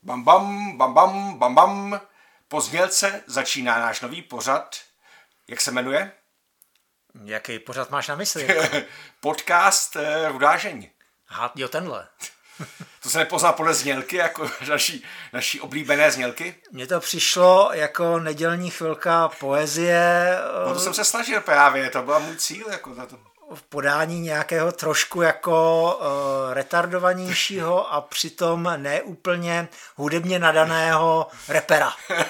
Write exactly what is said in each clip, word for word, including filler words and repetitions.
Bam bam, bam bam, bam bam. Po znělce začíná náš nový pořad. Jak se jmenuje? Jaký pořad máš na mysli? Podcast eh, Rudá žeň. Aha, jo, tenhle. To se nepozná podle znělky, jako naší, naší oblíbené znělky? Mně to přišlo jako nedělní chvilka poezie. No to jsem se snažil právě, to byl můj cíl. Jako na to. V podání nějakého trošku jako uh, retardovanějšího a přitom neúplně hudebně nadaného rapera.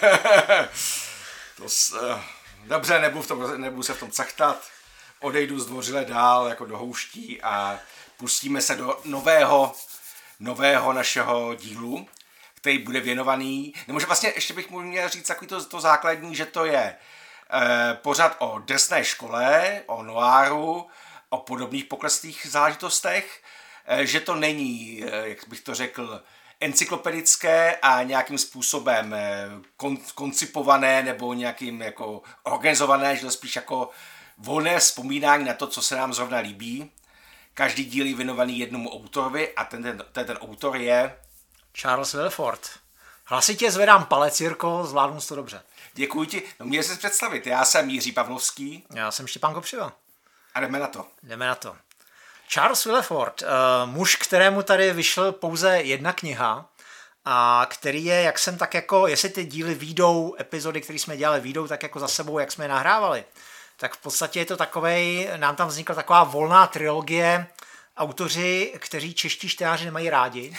to s, uh, dobře, nebudu, v tom, nebudu se v tom cachtat. Odejdu zdvořile dál jako do houští a pustíme se do nového, nového našeho dílu, který bude věnovaný, nebo že vlastně ještě bych měl říct takový to, to základní, že to je eh, pořad o drsné škole, o noáru, o podobných pokleslých záležitostech, eh, že to není, eh, jak bych to řekl, encyklopedické a nějakým způsobem eh, kon, koncipované nebo nějakým jako organizované, že to spíš jako volné vzpomínání na to, co se nám zrovna líbí. Každý díl je věnovaný jednomu autorovi a ten, ten, ten, ten autor je... Charles Willeford. Hlasitě zvedám palec, Jirko, zvládnu to dobře. Děkuji ti. No měl jsi představit. Já jsem Jiří Pavlovský. Já jsem Štěpán Kopřiva. A jdeme na to. Jdeme na to. Charles Willeford, uh, muž, kterému tady vyšla pouze jedna kniha, a který je, jak jsem tak jako, jestli ty díly výjdou, epizody, které jsme dělali, výjdou tak jako za sebou, jak jsme je nahrávali, tak v podstatě je to takovej, nám tam vznikla taková volná trilogie, autoři, kteří čeští čtenáři nemají rádi.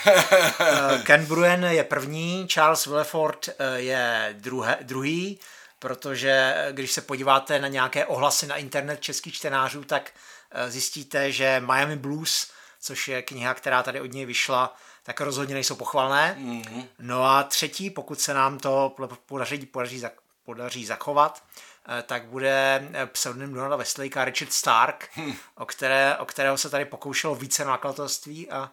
Ken Bruen je první, Charles Willeford je druhé, druhý, protože když se podíváte na nějaké ohlasy na internet českých čtenářů, tak zjistíte, že Miami Blues, což je kniha, která tady od něj vyšla, tak rozhodně nejsou pochvalné. Mm-hmm. No a třetí, pokud se nám to podaří, podaří, podaří zachovat, tak bude pseudonym Donalda Westlakea Richard Stark, hmm. o, které, o kterého se tady pokoušelo více nakladatelství a uh,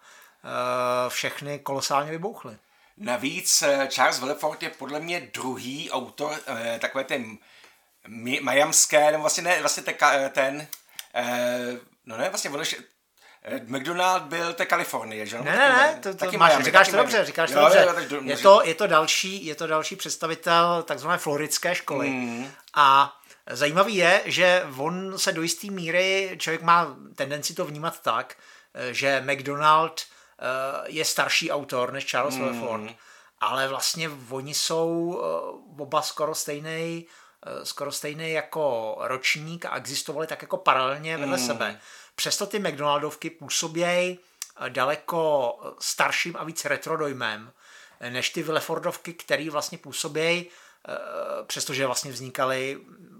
všechny kolosálně vybouchly. Navíc Charles Willeford je podle mě druhý autor uh, takové ten majamské, nebo vlastně ne, vlastně te, ten, uh, no ne, vlastně on ještě, McDonald byl té Kalifornie, že? Ne, ne, ne, to, to máš, Miami, říkáš to dobře, říkáš to jo, dobře. Jo, je, to, je, to další, je to další představitel takzvané floridské školy. Mm. A zajímavý je, že on se do jisté míry, člověk má tendenci to vnímat tak, že McDonald je starší autor než Charles mm. Willeford, ale vlastně oni jsou oba skoro stejný, skoro stejný jako ročník a existovali tak jako paralelně vedle mm. sebe. Přesto ty McDonaldovky působějí daleko starším a víc retro dojmem, než ty Willefordovky, které vlastně působějí, přestože vlastně vznikaly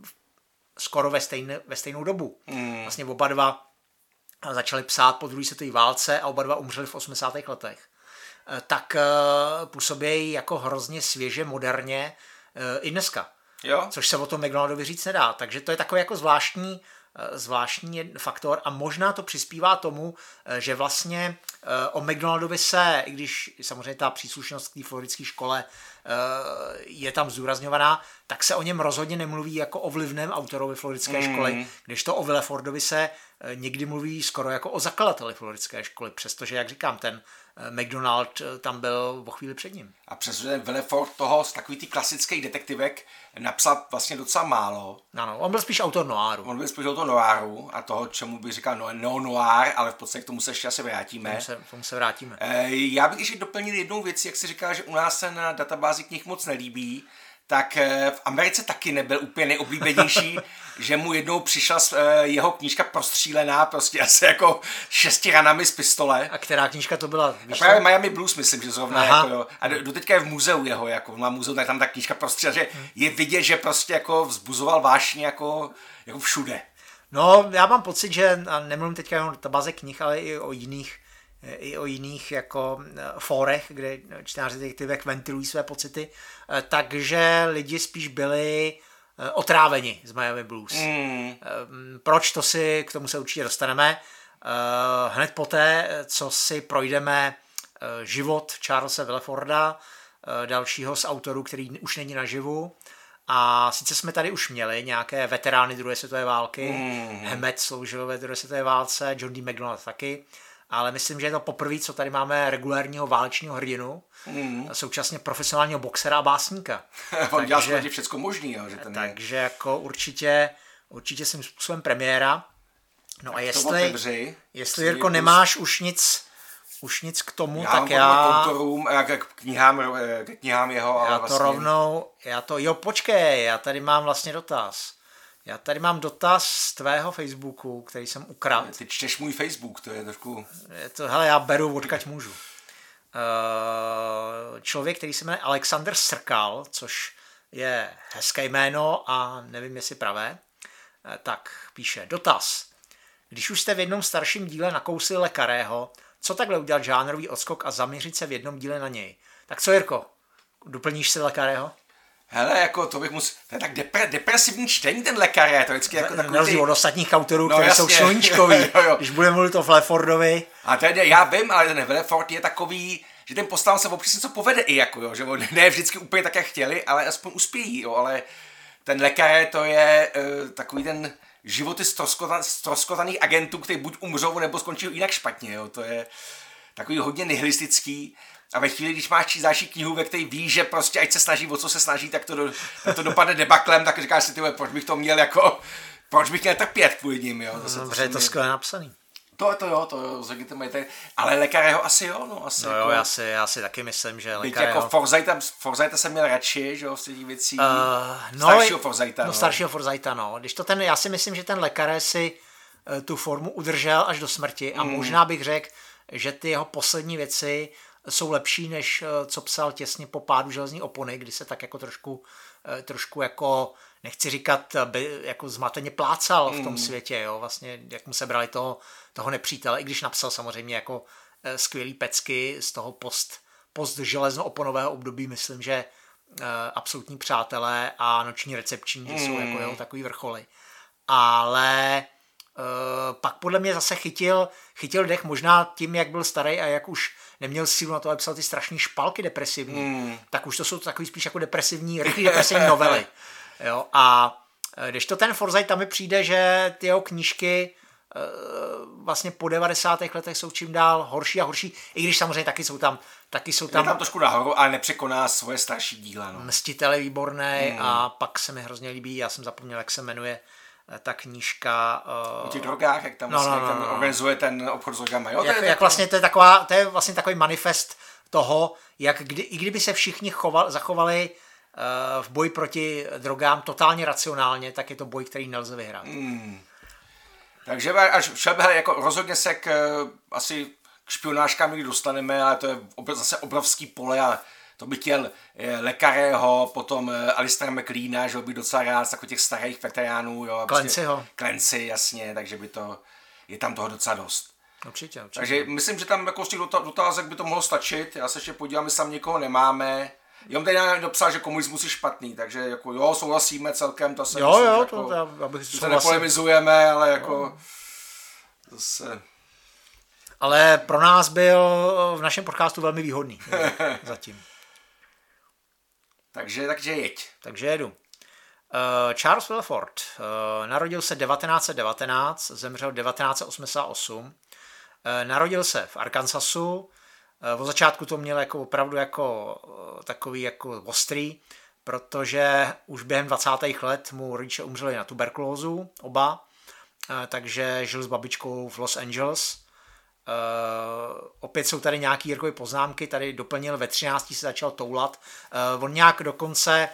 skoro ve, stejne, ve stejnou dobu. Mm. Vlastně oba dva začali psát po druhé světové válce a oba dva umřeli v osmdesátých letech. Tak působějí jako hrozně svěže, moderně i dneska. Jo. Což se o tom McDonaldovi říct nedá. Takže to je takový jako zvláštní zvláštní faktor a možná to přispívá tomu, že vlastně o McDonaldovi se, i když samozřejmě ta příslušnost k té floridské škole je tam zdůrazňovaná, tak se o něm rozhodně nemluví jako o vlivném autorovi floridské mm. školy, kdežto o Willefordovi se někdy mluví skoro jako o zakladateli floridské školy, přestože, jak říkám, ten McDonald tam byl o chvíli před ním. A přestože Willeford toho z takový ty klasických detektivek napsal vlastně docela málo. Ano, on byl spíš autor noáru. On byl spíš autor noáru a toho, čemu bych říkal no, no noár, ale v podstatě k tomu se ještě asi vrátíme. K tomu se, k tomu se vrátíme. E, já bych ještě doplnil jednou věc, jak jsi říkal, že u nás se na databázi knih moc nelíbí, tak v Americe taky nebyl úplně nejoblíbenější, že mu jednou přišla jeho knížka prostřílená prostě asi jako šesti ranami z pistole. A která knížka to byla? A právě Miami Blues, myslím, že zrovna. Jako, jo. A do, do teďka je v muzeu jeho, jako má muzeu, tak tam ta knížka prostřílená, že je vidět, že prostě jako vzbuzoval vášně jako, jako všude. No, já mám pocit, že, a nemluvím teďka jenom o databáze knih, ale i o jiných i o jiných jako fórech, kde čtenáři detektivek ventilují své pocity, takže lidi spíš byli otráveni z Miami Blues. Mm. Proč, to si, k tomu se určitě dostaneme. Hned poté, co si projdeme život Charlesa Willeforda, dalšího z autorů, který už není naživu. A sice jsme tady už měli nějaké veterány druhé světové války, mm. Hammett sloužil ve druhé světové válce, John D. McDonald taky, ale myslím, že je to poprvé, co tady máme regulárního válečního hrdinu, mm. současně profesionálního boxera a básníka. On dělá skutečně všecko možný. Jo, že ten takže je... jako určitě, určitě svým způsobem premiéra. No tak a jestli, jestli Jirko, nemáš už nic, už nic k tomu, já tak já... Autorům, k knihám, k knihám jeho, ale já to vlastně... rovnou, já to, jo počkej, já tady mám vlastně dotaz. Já tady mám dotaz z tvého Facebooku, který jsem ukradl. Ty čteš můj Facebook, to je trošku... Je to, hele, já beru, odkaď můžu. Uh, člověk, který se jmenuje Alexander Srkal, což je hezké jméno a nevím, jestli pravé, uh, tak píše, dotaz. Když už jste v jednom starším díle nakousli Le Carrého, co takhle udělat žánrový odskok a zaměřit se v jednom díle na něj? Tak co, Jirko, doplníš si Le Carrého? Hele, jako to bych musel, to je tak depre, depresivní čtení ten Le Carré, to je vždycky jako takový... Na rozdíl od ostatních autorů, no, kteří jsou sluníčkoví, jo, jo. Když budeme mluvit o Lefordovi. A to je, já vím, ale ten Leford je takový, že ten postava se občas něco povede i jako, jo, že ne vždycky úplně tak, jak chtěli, ale aspoň uspějí, jo, ale ten Le Carré to je uh, takový ten životy ztroskotaných agentů, kteří buď umřou, nebo skončí jinak špatně, jo, to je takový hodně nihilistický. A ve chvíli, když máš číst další knihu, ve které víš, že prostě ať se snaží, o co se snaží, tak to, do, to dopadne debaklem, tak říkáš si, tyhle, proč bych to měl jako, proč bych měl trpět kvůli ním, jo. To Dobře, je to skvěle napsaný. To, to jo, to jo, zagitujete, ale Le Carrého asi jo, no asi. No jako, jo, já si, já si taky myslím, že Le Carrého... jako Forsytha, Forsytha jsem měl radši, že jo, z těch věcí, uh, no, staršího Forsytha, no. No, staršího Forsytha, no. Když to ten, já si myslím, že ten Le Carré si uh, tu formu udržel až do smrti a mm. možná bych řekl, že ty jeho poslední věci jsou lepší, než co psal těsně po pádu železní opony, kdy se tak jako trošku, trošku jako, nechci říkat, by, jako zmateně plácal v tom mm. světě, jo, vlastně, jak mu sebrali toho, toho nepřítele, i když napsal samozřejmě jako skvělý pecky z toho post, post železno-oponového období, myslím, že Absolutní přátelé a Noční recepční, že mm. jsou jako jeho takový vrcholy. Ale Uh, pak podle mě zase chytil, chytil dech možná tím, jak byl starý a jak už neměl sílu na to, aby psal ty strašný špalky depresivní, mm. tak už to jsou takový spíš jako depresivní, rychlý depresivní novely. Jo? A když to ten Forsyth, tam mi přijde, že ty jeho knížky uh, vlastně po devadesátých letech jsou čím dál horší a horší, i když samozřejmě taky jsou tam taky jsou tam, je tam trošku nahoru, ale nepřekoná svoje starší díla. No. Mstitel je výborný mm. a pak se mi hrozně líbí, já jsem zapomněl, jak se jmenuje ta knížka... Uh... O těch drogách, jak tam, no, vlastně, no, no, jak tam no. organizuje ten obchod s drogama. Jo, jak, to je jak vlastně to je, taková, to je vlastně takový manifest toho, jak kdy, i kdyby se všichni choval, zachovali uh, v boji proti drogám totálně racionálně, tak je to boj, který nelze vyhrát. Hmm. Takže až všehle, jako rozhodně se k, asi k špionážkám někdy dostaneme, ale to je zase obrovský pole a to by chtěl Le Carrého, potom Alistaira McLeana, že by docela rád, takových těch starých veteránů. Jo, Clancyho. Clancy, jasně, takže by to, je tam toho docela dost. Určitě, určitě. Takže myslím, že tam jako z těch dotázek by to mohlo stačit. Já se ještě podívám, jestli tam někoho nemáme. Jenom tady dopsal, že komunismus je špatný, takže jako jo, souhlasíme celkem, to se jo, myslím, jo, jako, to, já, abych se nepolemizujeme, ale jako zase... Ale pro nás byl v našem podcastu velmi výhodný zatím. Takže, takže jeď. Takže jedu. Uh, Charles Wilford uh, narodil se devatenáct set devatenáct, zemřel devatenáct set osmdesát osm. Uh, narodil se v Arkansasu. Uh, od začátku to měl jako opravdu jako uh, takový jako ostrý, protože už během dvacátých let mu rodiče umřeli na tuberkulózu, oba. Uh, takže žil s babičkou v Los Angeles. Uh, opět jsou tady nějaké Jirkovy poznámky, tady doplnil ve třinácti se začal toulat. Uh, on nějak dokonce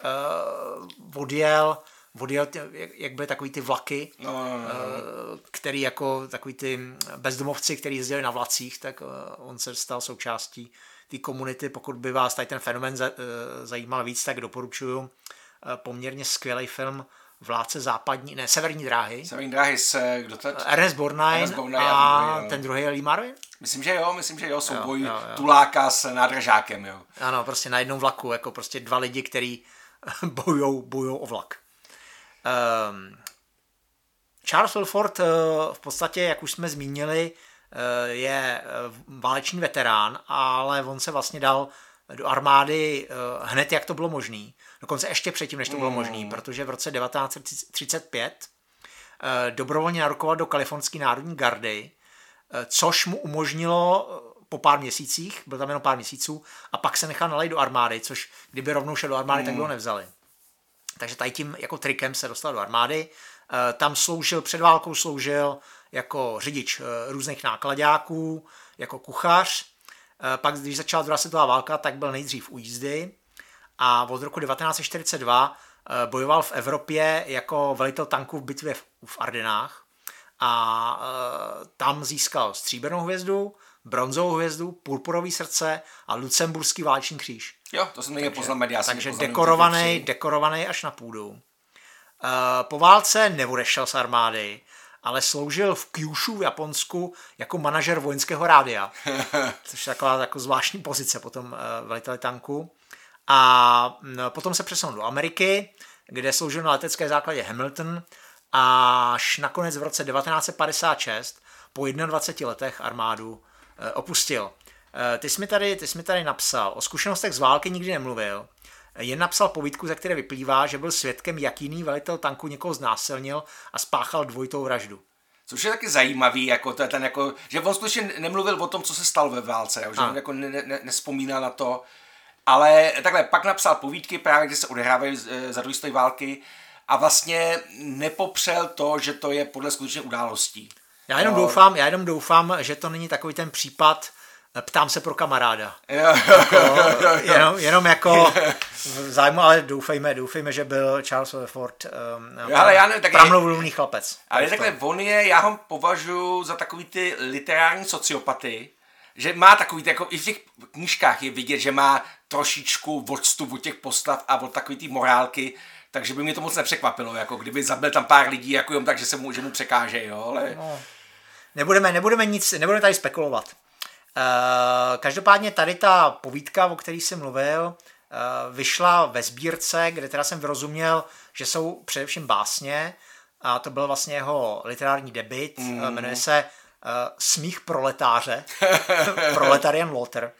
uh, odjel, odjel tě, jak, jak byly takový ty vlaky, no, no, no. Uh, který jako takový ty bezdomovci, kteří jezdili na vlacích, tak uh, on se stal součástí té komunity. Pokud by vás tady ten fenomén za, uh, zajímal víc, tak doporučuju uh, poměrně skvělý film Vládce západní, ne, Severní dráhy. Severní dráhy se, kdo to je? Ernest Borgnine a, a druhý, ten druhý je Lee Marvin? Myslím, že jo, myslím, že jo, souboj tuláka s nádražákem, jo. Ano, prostě na jednom vlaku, jako prostě dva lidi, kteří bojujou, bojujou o vlak. Um, Charles Wilford uh, v podstatě, jak už jsme zmínili, uh, je válečný veterán, ale on se vlastně dal do armády uh, hned, jak to bylo možný. Dokonce ještě předtím, než to bylo mm. možný, protože v roce devatenáct set třicet pět uh, dobrovolně narukoval do kalifornské národní gardy, což mu umožnilo po pár měsících, byl tam jenom pár měsíců, a pak se nechal nalejt do armády, což kdyby rovnou šel do armády, mm. tak by ho nevzali. Takže tady tím jako trikem se dostal do armády. Tam sloužil, před válkou sloužil jako řidič různých nákladáků, jako kuchař. Pak, když začala druhá světová válka, tak byl nejdřív u jízdy a od roku devatenáct set čtyřicet dva bojoval v Evropě jako velitel tanků v bitvě v Ardenách a tam získal stříbrnou hvězdu, bronzovou hvězdu, purpurový srdce a lucemburský válečný kříž. Jo, to jsem nejde poznamenat, já jsem Takže dekorovaný, dekorovaný až na půdu. Po válce neodešel z armády, ale sloužil v Kyushu v Japonsku jako manažer vojenského rádia, což je taková jako zvláštní pozice potom veliteli tanku. A potom se přesunul do Ameriky, kde sloužil na letecké základě Hamilton, až nakonec v roce devatenáct set padesát šest po jednadvaceti letech armádu opustil. Ty jsi mi tady, ty jsi mi tady napsal, o zkušenostech z války nikdy nemluvil, jen napsal povídku, ze které vyplývá, že byl svědkem, jak jiný velitel tanku někoho znásilnil a spáchal dvojitou vraždu. Což je taky zajímavý, jako to je ten jako, že on skutečně nemluvil o tom, co se stalo ve válce, že on jako ne, ne, nespomínal na to, ale takhle pak napsal povídky právě, kde se odehrávají za druhé světové války a vlastně nepopřel to, že to je podle skutečných událostí. Já jenom, no. doufám, já jenom doufám, že to není takový ten případ, ptám se pro kamaráda. Jo, jo, jako, jo, jo, jo. Jenom, jenom jako v zájmu, ale doufejme, doufejme, že byl Charles Rutherford um, pramluvný chlapec. Ale takhle, on je, já ho považuji za takový ty literární sociopaty, že má takový, jako i v těch knížkách je vidět, že má trošičku odstup od těch postav a od takový ty morálky, takže by mě to moc nepřekvapilo, jako kdyby zabil tam pár lidí, jako jom, takže se mu, že mu překáže, jo, ale... No, nebudeme, nebudeme nic, nebudeme tady spekulovat. Uh, každopádně tady ta povídka, o který jsem mluvil, uh, vyšla ve sbírce, kde teda jsem vyrozuměl, že jsou především básně, a to byl vlastně jeho literární debut, mm. uh, jmenuje se uh, Smích proletáře, Proletarian Water,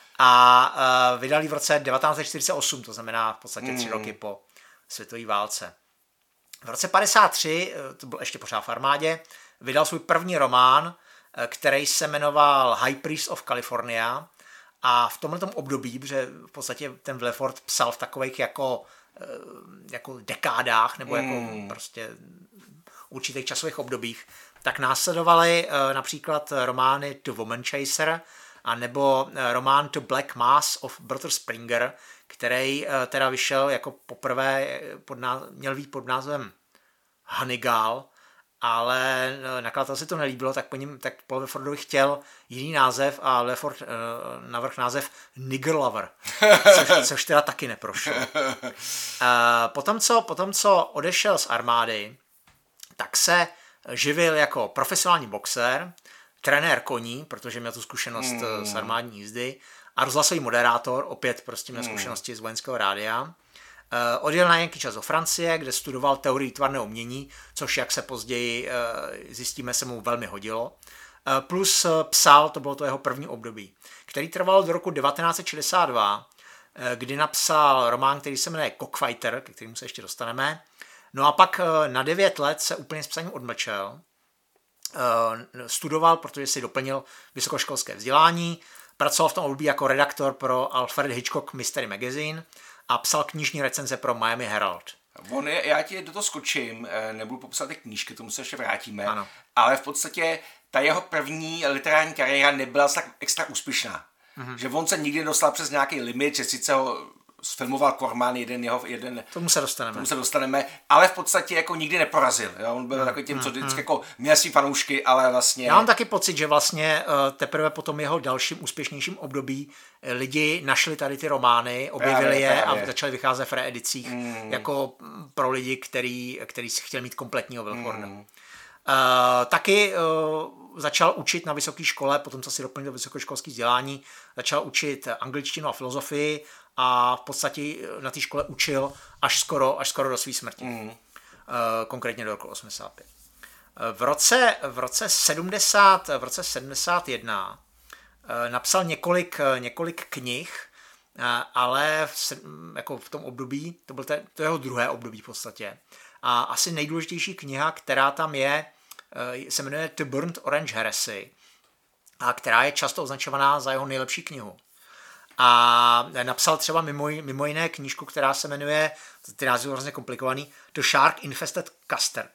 a uh, vydali v roce devatenáct set čtyřicet osm, to znamená v podstatě tři mm. roky po světové válce. V roce padesát tři, to byl ještě pořád v armádě, vydal svůj první román, který se jmenoval High Priest of California, a v tomhletom období, protože v podstatě ten Rutherford psal v takových jako, jako dekádách nebo jako mm. prostě určitých časových obdobích, tak následovaly například romány The Woman Chaser a nebo román The Black Mass of Brother Springer, který teda vyšel jako poprvé, pod náz- měl být pod názvem Hannibal, ale nakladatel si to nelíbilo, tak po něm, tak Paul Rutherfordovi chtěl jiný název a Rutherford uh, navrhl název Nigger Lover, což, což teda taky neprošlo. Uh, potom, co, potom, co odešel z armády, tak se živil jako profesionální boxer, trenér koní, protože měl tu zkušenost mm. z armádní jízdy, a rozhlasový moderátor, opět prostě měl zkušenosti z vojenského rádia. Odjel na nějaký čas do Francie, kde studoval teorii tvarného umění, což, jak se později zjistíme, se mu velmi hodilo. Plus psal, to bylo to jeho první období, který trval do roku devatenáct set šedesát dva, kdy napsal román, který se jmenuje Cockfighter, ke kterému se ještě dostaneme. No a pak na devět let se úplně s psaním odmlčel. Studoval, protože si doplnil vysokoškolské vzdělání, pracoval v tom období jako redaktor pro Alfred Hitchcock Mystery Magazine a psal knižní recenze pro Miami Herald. On je, já ti do toho skočím, nebudu popsat ty knížky, tomu se ještě vrátíme, ano. Ale v podstatě ta jeho první literární kariéra nebyla tak extra úspěšná. Mm-hmm. Že on se nikdy nedostal přes nějaký limit, že sice ho sfilmoval Corman, jeden jeho, jeden... Tomu se dostaneme. Tomu se dostaneme, ale v podstatě jako nikdy neporazil. Jo? On byl mm, takový tím, co vždycky mm. jako měl svý fanoušky, ale vlastně... Já mám taky pocit, že vlastně teprve po tom jeho dalším úspěšnějším období lidi našli tady ty romány, objevili právě, je právě. A začali vycházet v reedicích mm. jako pro lidi, který, který si chtěl mít kompletního Rutherforda. Mm. Uh, taky uh, začal učit na vysoké škole, potom co si doplnil vysokoškolské vzdělání, začal učit angličtinu a filozofii a v podstatě na té škole učil až skoro, až skoro do své smrti. Mm. Uh, konkrétně do roku osmdesát pět. V roce, v roce sedmdesát, v roce sedmdesát jedna uh, napsal několik, několik knih, uh, ale v, jako v tom období, to bylo to jeho druhé období v podstatě. A asi nejdůležitější kniha, která tam je, uh, se jmenuje The Burnt Orange Heresy, a která je často označovaná za jeho nejlepší knihu. A napsal třeba mimo, mimo jiné knížku, která se jmenuje, ty názvy jsou hrozně komplikovaný, The Shark Infested Custard.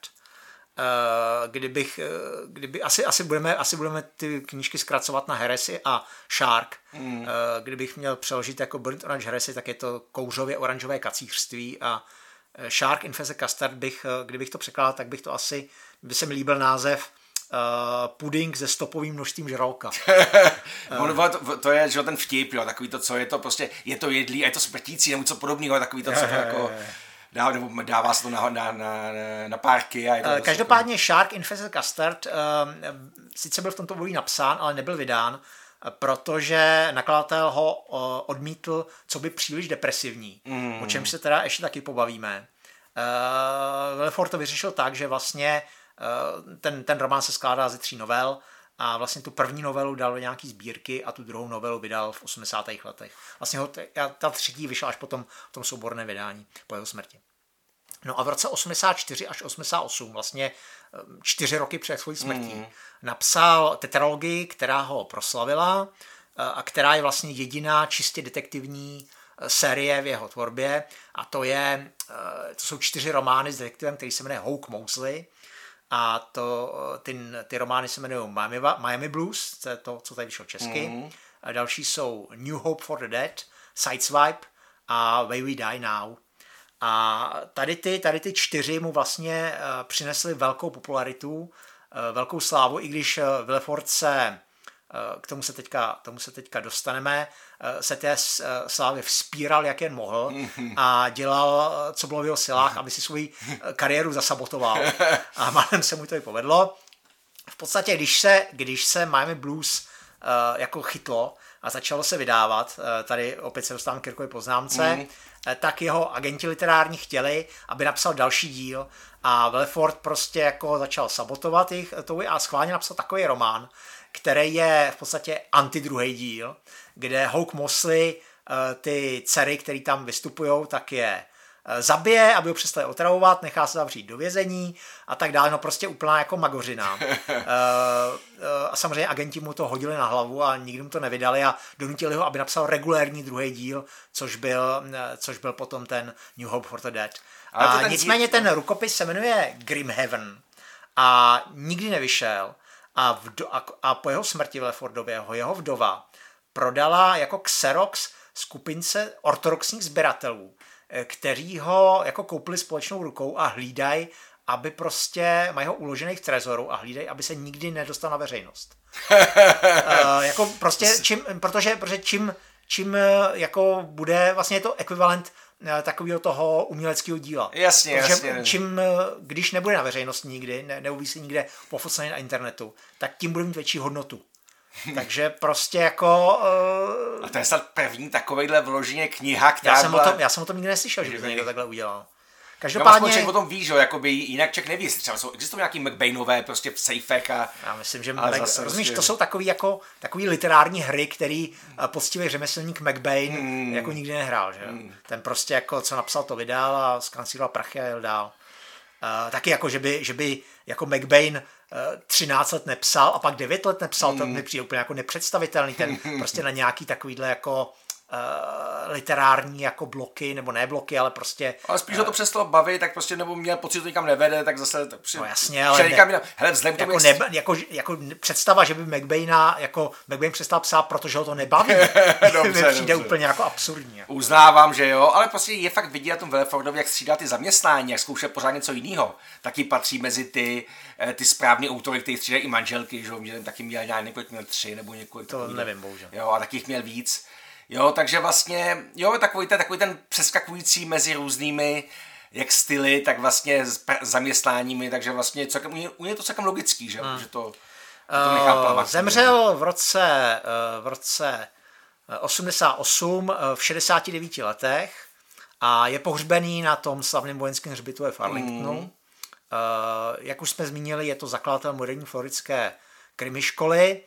Kdybych, kdyby, asi, asi, budeme, asi budeme ty knížky zkracovat na Heresy a Shark. Mm. Kdybych měl přeložit jako Burnt Orange Heresy, tak je to kouřově oranžové kacířství a Shark Infested Custard bych, kdybych to překládal, tak bych to asi, by se mi líbil název Uh, puding se stopovým množstvím žraloka. uh. to, to je, že ten vtip, jo, takový to, co je to prostě, je to jedlý a je to smrtící, nebo co podobného, takový to, co to jako dá, nebo dává se to na, na, na, na párky. A je to uh, každopádně jako... Shark Infested Custard uh, sice byl v tomto období napsán, ale nebyl vydán, protože nakladatel ho uh, odmítl, co by příliš depresivní, mm. o čem se teda ještě taky pobavíme. Uh, Willeford to vyřešil tak, že vlastně Ten, ten román se skládá ze tří novel a vlastně tu první novelu dal do nějaký sbírky a tu druhou novelu vydal v osmdesátých letech. Vlastně ho, ta třetí vyšla až potom v tom souborném vydání po jeho smrti. No a v roce osmdesát čtyři až osmdesát osm, vlastně čtyři roky před svou smrtí, mm. napsal tetralogii, která ho proslavila a která je vlastně jediná čistě detektivní série v jeho tvorbě a to, je, to jsou čtyři romány s detektivem, který se jmenuje Hawk Mosley. A to, ty, ty romány se jmenují Miami, Miami Blues, to je to, co tady vyšlo česky. Mm. A další jsou New Hope for the Dead, Sideswipe a Way We Die Now. A tady ty, tady ty čtyři mu vlastně uh, přinesly velkou popularitu, uh, velkou slávu, i když uh, Willeford se, uh, k tomu se, teďka, tomu se teďka dostaneme, uh, se té uh, slávy vzpíral, jak jen mohl a dělal, uh, co bylo v jeho silách, aby si svoji uh, kariéru zasabotoval. A málem se mu to i povedlo. V podstatě, když se, když se Miami Blues uh, jako chytlo a začalo se vydávat, uh, tady opět se dostávám k Kirkově poznámce, mm. tak jeho agenti literární chtěli, aby napsal další díl a Willeford prostě jako začal sabotovat jich a schválně napsal takový román, který je v podstatě antidruhý díl, kde Hawk Mosley ty dcery, který tam vystupujou, tak je zabije, aby ho přestali otravovat, nechá se zavřít do vězení a tak dále, no prostě úplná jako magořina. A samozřejmě agenti mu to hodili na hlavu a nikdy mu to nevydali a donutili ho, aby napsal regulérní druhý díl, což byl, což byl potom ten New Hope for the Dead. A ten nicméně díl... ten rukopis se jmenuje Grimhaven a nikdy nevyšel a, vdo, a, a po jeho smrti Willefordově ho jeho vdova prodala jako Xerox skupince ortodoxních sběratelů, který ho jako koupili společnou rukou a hlídají, aby prostě mají ho uložený v trezoru a hlídají, aby se nikdy nedostal na veřejnost. uh, jako prostě, čím, protože, protože čím, čím jako bude, vlastně je to ekvivalent takového toho uměleckého díla. Jasně, protože jasně. Čím, když nebude na veřejnost nikdy, ne, neuví se nikde pofocený na internetu, tak tím bude mít větší hodnotu. Takže prostě jako... Uh... A to je snad první takovejhle vloženě kniha, která já jsem, byla... o tom, já jsem o tom nikdy neslyšel, že by to někdo takhle udělal. Každopádně... No, člověk o tom ví, že jakoby jinak člověk neví, třeba jsou, existují nějaký McBainové prostě v sejfech a... Já myslím, že Mac... zase, rozumíš, to jsou takový jako takový literární hry, který poctivý řemeslník McBain mm. jako nikdy nehrál, že? Mm. Ten prostě jako, co napsal, to vydal a skancíroval prachy a jel dál. Uh, taky jako, že by, že by jako McBain třináct let nepsal a pak devět let nepsal, mm. to mi přijde úplně jako nepředstavitelný, ten prostě na nějaký takovýhle jako uh, literární jako bloky, nebo ne bloky, ale prostě... Ale spíš ho uh, to přestalo bavit, tak prostě nebo měl pocit, že to nikam nevede, tak zase... Tak při, no jasně, ale... Ne, jinam, hele, vzhledem jako, tomu... Ne, jako, jako představa, že by McBaina, jako McBain přestal psát, protože ho to nebaví, dobře, mi přijde dobře. Úplně jako absurdní. Jako. Uznávám, že jo, ale prostě je fakt vidět na tom Willefordovi, jak střídá ty zaměstnání, jak zkouše pořád něco jiného. Taky patří mezi ty, ty správný autory, kteří střídají i manželky, že jo, taky měl nějak několik, měl tři nebo několik. To takový, nevím, bohužel. Jo, a taky jich měl víc. Jo, takže vlastně, jo, takový ten, takový ten přeskakující mezi různými jak styly, tak vlastně s zaměstnáními, takže vlastně celkem, u něj je to celkem logický, že, hmm. že to, to nechá plavat. Zemřel v roce, v roce osmdesát osm v šedesáti devíti letech a je pohřbený na tom slavném vojenském hřbitově v Arlingtonu. Hmm. Jak už jsme zmínili, je to zakladatel moderní floridské krimi školy.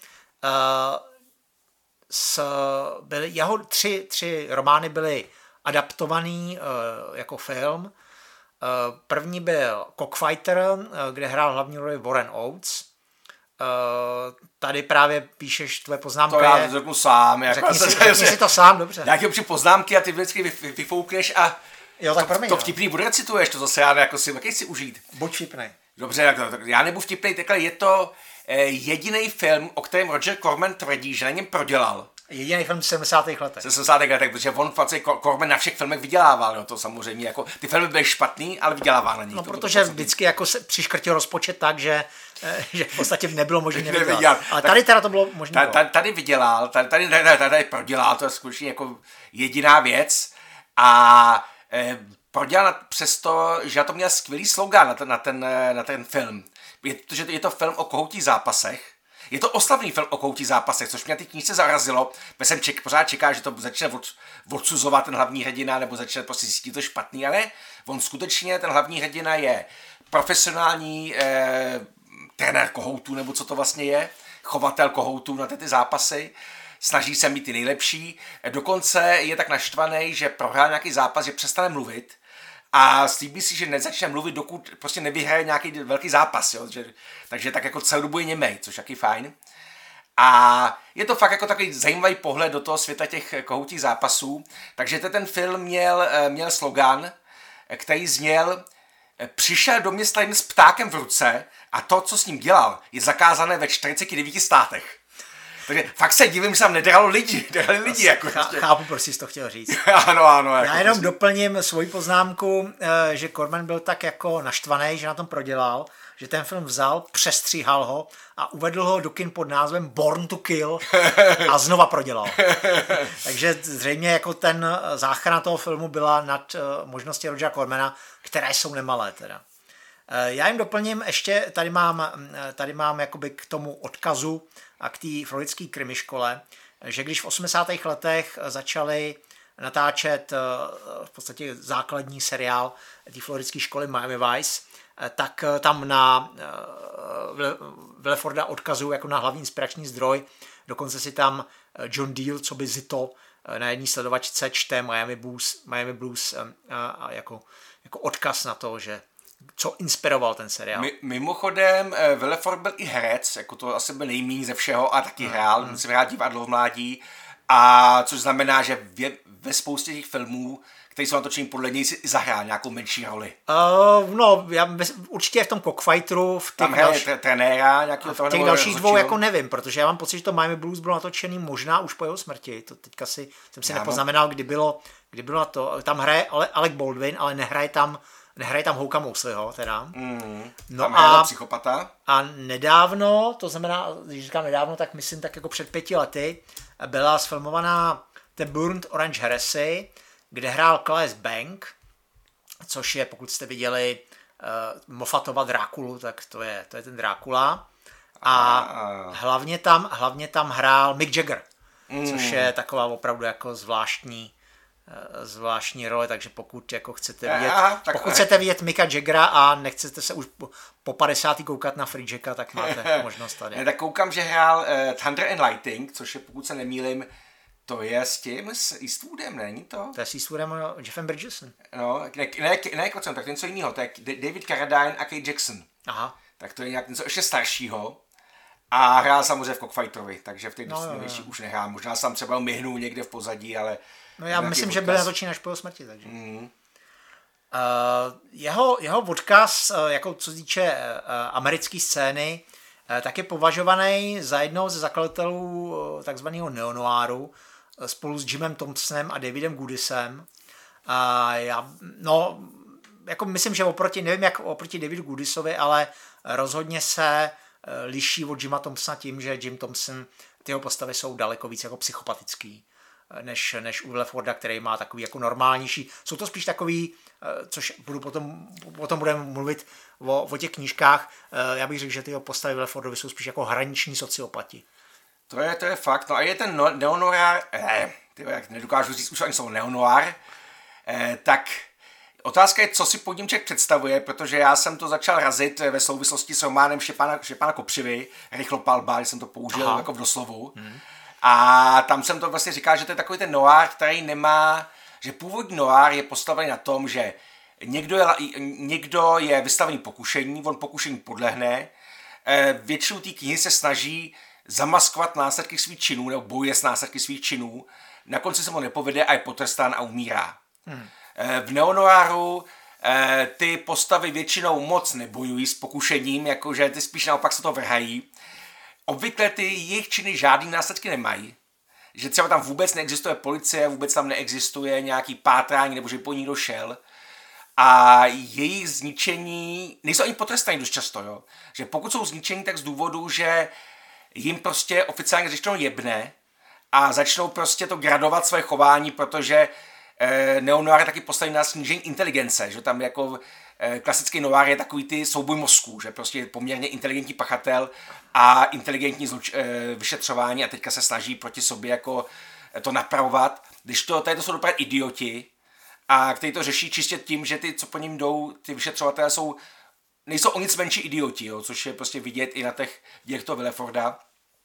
S, byly, jeho tři, tři romány byly adaptovaný uh, jako film. Uh, první byl Cockfighter, uh, kde hrál hlavní roli Warren Oates. Uh, tady právě píšeš tvoje poznámka. To já řeknu sám. Jako řekni si, řekni si to sám, dobře. Nějaké určitě poznámky a ty vždycky vyfoukneš a jo, tak to, promiň, to vtipný bude recituješ, to zase já jako si, jaký si užít. Buď vtipnej. Dobře, tak, tak já nebudu vtipnej, takhle je to eh, jediný film, o kterém Roger Corman tvrdí, že na něm prodělal. Jediný film v sedmdesátých letech. sedmdesátých letech, protože on vlastně Corman na všech filmech vydělával, no to samozřejmě, jako ty filmy byly špatný, ale vydělává na nich. No, to, protože to, to vždycky jako se přiškrtil rozpočet tak, že, že v podstatě nebylo možné nevydělat. Ale tak, tady teda to bylo možné. Tady, tady vydělal, tady, tady, tady, tady prodělal, to je skutečně jako jediná věc a eh, prodělal přesto, že na to měl skvělý slogan na ten, na ten, na ten film. Je to, že je to film o kohoutích zápasech. Je to oslavný film o kohoutích zápasech, což mě na té knížce zarazilo, protože jsem ček, pořád čeká, že to začne od, odsuzovat ten hlavní hrdina, nebo začne prostě zjistit to špatný, ale on skutečně, ten hlavní hrdina je profesionální eh, trenér kohoutů, nebo co to vlastně je, chovatel kohoutů na ty, ty zápasy, snaží se mít ty nejlepší, dokonce je tak naštvaný, že prohrál nějaký zápas, že přestane mluvit, a slíbí si, že nezačne mluvit, dokud prostě nevyhraje nějaký velký zápas, jo? Že, takže tak jako celou dobu je němej, což je fajn. A je to fakt jako takový zajímavý pohled do toho světa těch kohoutích zápasů. Takže ten film měl, měl slogan, který zněl: přišel do města jen s ptákem v ruce a to, co s ním dělal, je zakázané ve čtyřiceti devíti státech. Takže fakt se divím, že tam nedralo lidi, drali lidi. Jako Chá, chápu, proč jsi to chtěl říct. ano, ano. Jako Já jenom prostě doplním svoji poznámku, že Corman byl tak jako naštvaný, že na tom prodělal, že ten film vzal, přestříhal ho a uvedl ho do kin pod názvem Born to Kill a znova prodělal. Takže zřejmě jako ten záchrana toho filmu byla nad možnosti Rogera Cormana, které jsou nemalé teda. Já jim doplním, ještě tady mám, tady mám jakoby k tomu odkazu a k té floridské krimiškole, že když v osmdesátých letech začali natáčet v podstatě základní seriál té floridské školy Miami Vice, tak tam na Willeforda odkazu jako na hlavní inspirační zdroj, dokonce si tam John Deel, co by Zito, na jedné sledovačce čte Miami Blues, Miami Blues a jako, jako odkaz na to, že co inspiroval ten seriál. My, mimochodem, Willeford byl i herec, jako to asi byl nejméně ze všeho a taky hrál, mm. musím hrát divadlo v mládí, a což znamená, že ve, ve spoustě těch filmů, které jsou natočený podle něj, si zahrál nějakou menší roli. Uh, no, já určitě v tom Cockfighteru, v těch, tam dalš... trenéra, nějakého v těch dalších dvou jako nevím, protože já mám pocit, že to Miami Blues bylo natočený možná už po jeho smrti. To teďka si, jsem si já nepoznamenal, kdy bylo, kdy bylo na to. Tam hraje Alec Baldwin, ale nehraje tam Nehraje tam Houka Mosleyho, teda. Mm, no tam a, psychopata. A nedávno, to znamená, když říkám nedávno, tak myslím tak jako před pěti lety, byla sfilmovaná The Burnt Orange Heresy, kde hrál Claes Bank, což je, pokud jste viděli uh, Moffatova Drákulu, tak to je, to je ten Drákula. A, a hlavně tam, hlavně tam hrál Mick Jagger, mm. což je taková opravdu jako zvláštní zvláštní role, takže pokud jako chcete vidět, Aha, pokud chcete vidět Micka Jaggera a nechcete se už po, po padesátý koukat na Free Jacka, tak máte možnost tady. Ne, tak koukám, že hrál uh, Thunder and Lightning, což je, pokud se nemýlim, to je s tím, s Eastwoodem, není to? To je s Eastwoodem a Jeffem Bridgesem. No, ne, ne, ne, ne tak něco jiného, to je David Carradine a Kate Jackson. Aha. Tak to je nějak něco ještě staršího. A hrál samozřejmě v Cockfighterovi, takže v té no, no, no. už nehrál. Možná jsem třeba myhnul někde v pozadí, ale... No já myslím, odkaz. Že byl natočen až po jeho smrti, takže... Mm. Uh, jeho, jeho odkaz, uh, jako co se týče uh, americké scény, uh, tak je považovaný za jednoho ze zakladatelů uh, takzvaného neonoáru uh, spolu s Jimem Thompsonem a Davidem Goodisem. Uh, já, no, jako myslím, že oproti, nevím jak oproti Davidu Goodisovi, ale rozhodně se uh, liší od Jima Thompsona tím, že Jim Thompson, ty jeho postavy jsou daleko víc jako psychopatický než, než u Willeforda, který má takový jako normálnější. Jsou to spíš takový, což budu potom, potom budeme mluvit o, o těch knížkách, já bych řekl, že ty postavy Willefordovi jsou spíš jako hraniční sociopati. To je, to je fakt. No a je ten no, neonoir, eh, tyjo, jak nedokážu říct, už ani slovo neonoir, eh, tak otázka je, co si pod ním člověk představuje, protože já jsem to začal razit ve souvislosti s románem Štěpána, Štěpána Kopřivy, Rychlopalba, že jsem to použil Aha. jako v doslovu. Hmm. A tam jsem to vlastně říkal, že to je takový ten noir, který nemá, že původní noir je postavený na tom, že někdo je, někdo je vystavený pokušení, on pokušení podlehne, většinou té knihy se snaží zamaskovat následky svých činů, nebo bojuje s následky svých činů, na konci se mu nepovede a je potrestán a umírá. Hmm. V neonoáru ty postavy většinou moc nebojují s pokušením, jakože ty spíš naopak se to vrhají. Obvykle ty jejich činy žádný následky nemají. Že třeba tam vůbec neexistuje policie, vůbec tam neexistuje nějaký pátrání, nebo že po ní došel. A jejich zničení nejsou ani potrestaní dost často, jo. Že pokud jsou zničení, tak z důvodu, že jim prostě oficiálně řečeno jebne a začnou prostě to gradovat své chování, protože eh, neonoir je taky postavený na snížení inteligence, že tam jako eh, klasický noir je takový ty souboj mozků, že prostě je poměrně inteligentní pachatel a inteligentní zluč, eh, vyšetřování a teďka se snaží proti sobě jako to napravovat, když to, tady to jsou dopravit idioti, a který to řeší čistě tím, že ty, co po ním jdou, ty vyšetřovatelé jsou, nejsou o nic menší idioti, jo, což je prostě vidět i na těch dělech toho Villeforda.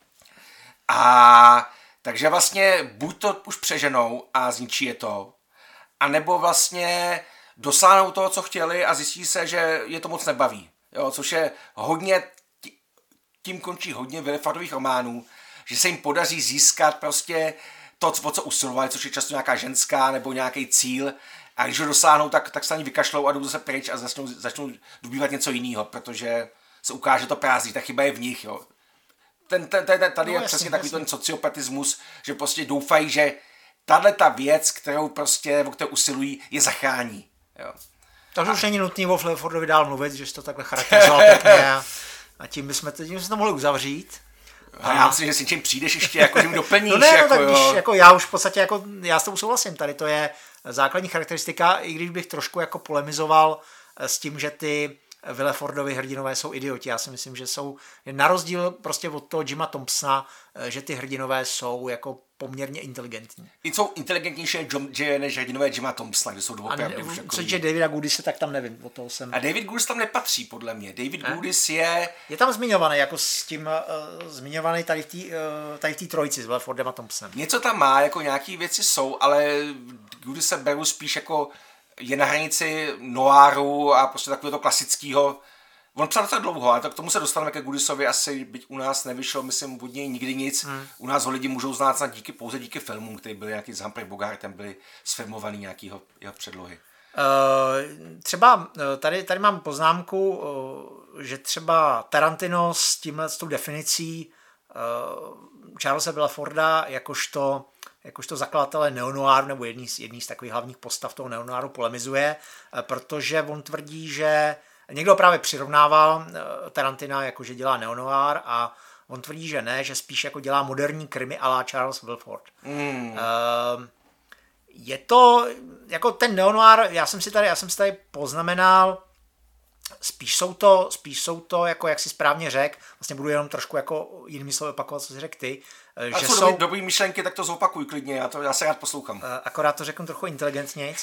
A takže vlastně buď to už přeženou a zničí je to, anebo vlastně dosáhnou toho, co chtěli a zjistí se, že je to moc nebaví. Jo, což je hodně, tím končí hodně Villefordových románů, že se jim podaří získat prostě to, o co usilovali, což je často nějaká ženská nebo nějaký cíl. A když ho dosáhnou, tak, tak se ani vykašlou a jdou zase pryč a začnou, začnou dobývat něco jiného, protože se ukáže to prázdný, ta chyba je v nich. Jo. Ten, ten, ten, tady no, je jasný, přesně takový ten sociopatismus, že prostě doufají, že tahle ta věc, kterou prostě, o kterou usilují, je zachrání. Jo. Takže už není nutný o Villefordovi dál mluvit, že jsi to takhle charakterizoval pěkně a, a tím bychom to, tím bychom to mohli uzavřít. A já myslím, že s něčím přijdeš ještě, jako tím doplníš. No ne, jako, no, tak jo. Když, jako já už v podstatě, jako, já s tou souhlasím, tady to je základní charakteristika, i když bych trošku jako polemizoval s tím, že ty Villefordovi hrdinové jsou idioti. Já si myslím, že jsou, na rozdíl prostě od toho Jima Thompsona, že ty hrdinové jsou jako poměrně inteligentní. I jsou inteligentnější než hrdinové Jima Thompsona, kde jsou doopravdy už jako... Co je Davida Goodise, tak tam nevím, o toho jsem... A David Goodis tam nepatří, podle mě. David ne? Goodis je... Je tam zmiňovaný, jako s tím uh, zmiňovaný tady v té uh, tady v té trojici s Villefordem a Thompsonem. Něco tam má, jako nějaký věci jsou, ale Goodis se beru spíš jako je na hranici noáru a prostě takového to klasického. On psal tak dlouho, ale to k tomu se dostaneme ke Goodisovi, asi byť u nás nevyšlo, myslím, od něj nikdy nic. Hmm. U nás ho lidi můžou znát snad díky, pouze díky filmům, který byly nějaký s Humphrey Bogartem, byly sfilmovaný nějaký jeho, jeho předlohy. Uh, třeba tady, tady mám poznámku, uh, že třeba Tarantino s tímhle s tou definicí uh, Charlesa Villeforda jakožto, jakožto zakladatele neonoáru nebo jedný z, jedný z takových hlavních postav toho neonoáru polemizuje, uh, protože on tvrdí, že někdo právě přirovnával uh, Tarantina jako, že dělá neonoár a on tvrdí, že ne, že spíš jako dělá moderní krimi à la Charles Villeford. Mm. Uh, Je to, jako ten neonoir, já jsem si tady, já jsem si tady poznamenal, spíš jsou to, spíš jsou to, jako jak si správně řekl, vlastně budu jenom trošku jako jinými slovy opakovat, co si řekl ty. A že jsou dobrý, dobrý myšlenky, tak to zopakuj klidně, já, to, já se rád poslouchám. Akorát to řeknu trochu inteligentnějc.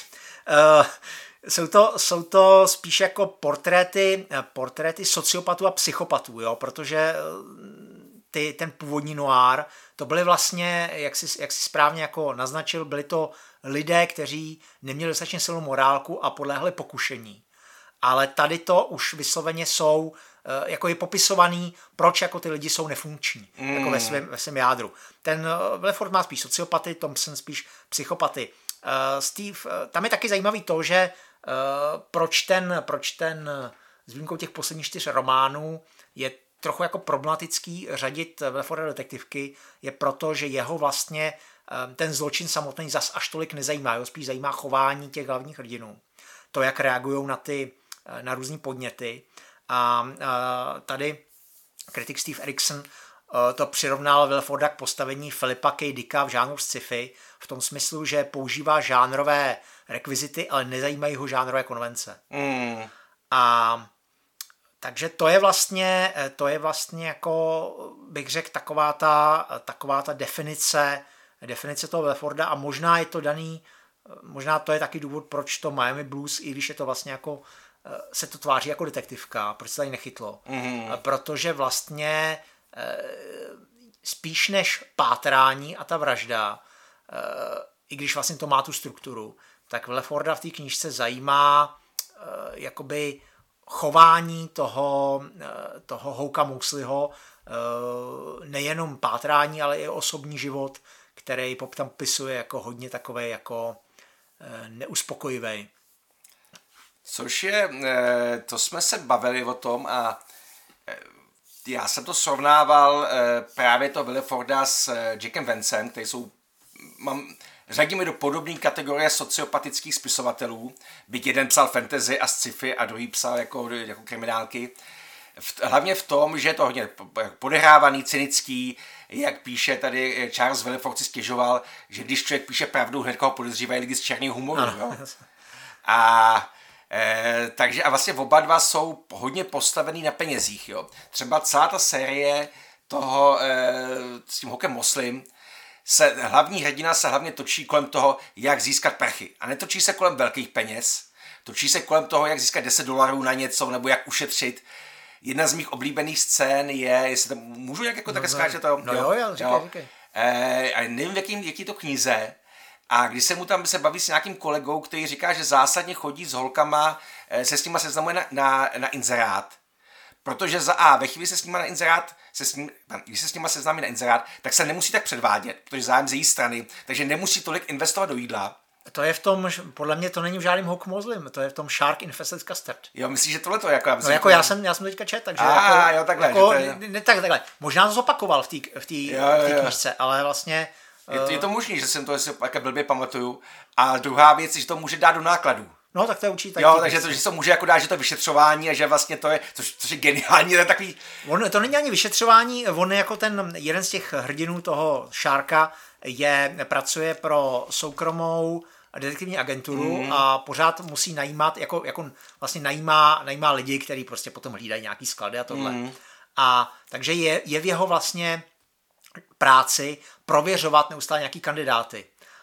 Jsou to, jsou to spíš jako portréty, portréty sociopatů a psychopatů, jo, protože ty, ten původní noir, to byly vlastně, jak si, jak si správně jako naznačil, byli to lidé, kteří neměli dostatečně silnou morálku a podléhali pokušení. Ale tady to už vysloveně jsou, jako je popisovaný, proč jako ty lidi jsou nefunkční, mm. jako ve svém, ve svém jádru. Ten Villeford má spíš sociopaty, Thompson spíš psychopaty. Uh, Steve, tam je taky zajímavý to, že uh, proč ten, proč ten s výjimkou těch posledních čtyř románů je trochu jako problematický řadit Villeforda do detektivky, je proto, že jeho vlastně ten zločin samotný zas až tolik nezajímá, jeho spíš zajímá chování těch hlavních hrdinů. To, jak reagují na ty, na různý podněty. A, a tady kritik Steve Erikson to přirovnal Villeforda k postavení Philippa K. Dicka v žánru sci-fi, v tom smyslu, že používá žánrové rekvizity, ale nezajímají ho žánrové konvence. Mm. A takže to je vlastně, to je vlastně jako, bych řekl, taková ta, taková ta definice, definice toho Villeforda a možná je to daný, možná to je taky důvod, proč to Miami Blues, i když je to vlastně jako, se to tváří jako detektivka, proč se tady nechytlo. Mm-hmm. Protože vlastně spíš než pátrání a ta vražda, i když vlastně to má tu strukturu, tak Villeforda v té knížce zajímá jakoby chování toho, toho Hawka Mosleyho, nejenom pátrání, ale i osobní život, který Pop tam pisuje jako hodně takovej jako neuspokojivý. Což je, to jsme se bavili o tom a já jsem to srovnával právě to Williforda s Jackem Vancem, který jsou, mám, řadíme do podobné kategorie sociopatických spisovatelů, byť jeden psal fantasy a sci-fi a druhý psal jako, jako kriminálky. V, hlavně v tom, že je to hodně podehrávaný, cynický, jak píše tady Charles Williford si stěžoval, že když člověk píše pravdu, hned ho podezřívají lidi z černého humoru. Jo? A e, takže a vlastně oba dva jsou hodně postavený na penězích. Jo? Třeba celá ta série toho e, s tím Hawkem Mosleym, se hlavní hrdina se hlavně točí kolem toho, jak získat prachy. A netočí se kolem velkých peněz, točí se kolem toho, jak získat deset dolarů na něco, nebo jak ušetřit. Jedna z mých oblíbených scén je, jestli to můžu jak jako no, také skáčet to? No jo, jo, říkej, říkej. E, a nevím, v jaký, jaký to knize. A když se mu tam se baví s nějakým kolegou, který říká, že zásadně chodí s holkama, se s nima seznamuje na, na, na inzerát. Protože za A, ve chvíli se s nima na inzerát, se s ním, když se s nima seznámí na inzerát, tak se nemusí tak předvádět, protože zájem z její strany, takže nemusí tolik investovat do jídla. To je v tom, podle mě to není v žádným Hawk Mosleym, to je v tom Shark Infested Custard. Jo, myslíš, že tohle to jako... Já no jako já jsem, já jsem teďka čet, takže... A, jako, jo, takhle. Jako, je... ne, ne, tak, takhle. Možná to zopakoval v té v tý, v knížce, ale vlastně... Je to, je to možný, že jsem to asi blbě pamatuju. A druhá věc je, že to může dát do nákladů. No, tak to je určitě. Jo, takže to, že to může jako dát, že to vyšetřování a že vlastně to je, což, což je geniální, to je takový... On, to není ani vyšetřování, on jako ten jeden z těch hrdinů toho Sharka je, pracuje pro soukromou detektivní agenturu mm. a pořád musí najímat, jako, jako vlastně najímá, najímá lidi, kteří prostě potom hlídají nějaký sklady a tohle. Mm. A takže je, je v jeho vlastně práci prověřovat neustále nějaký kandidáty.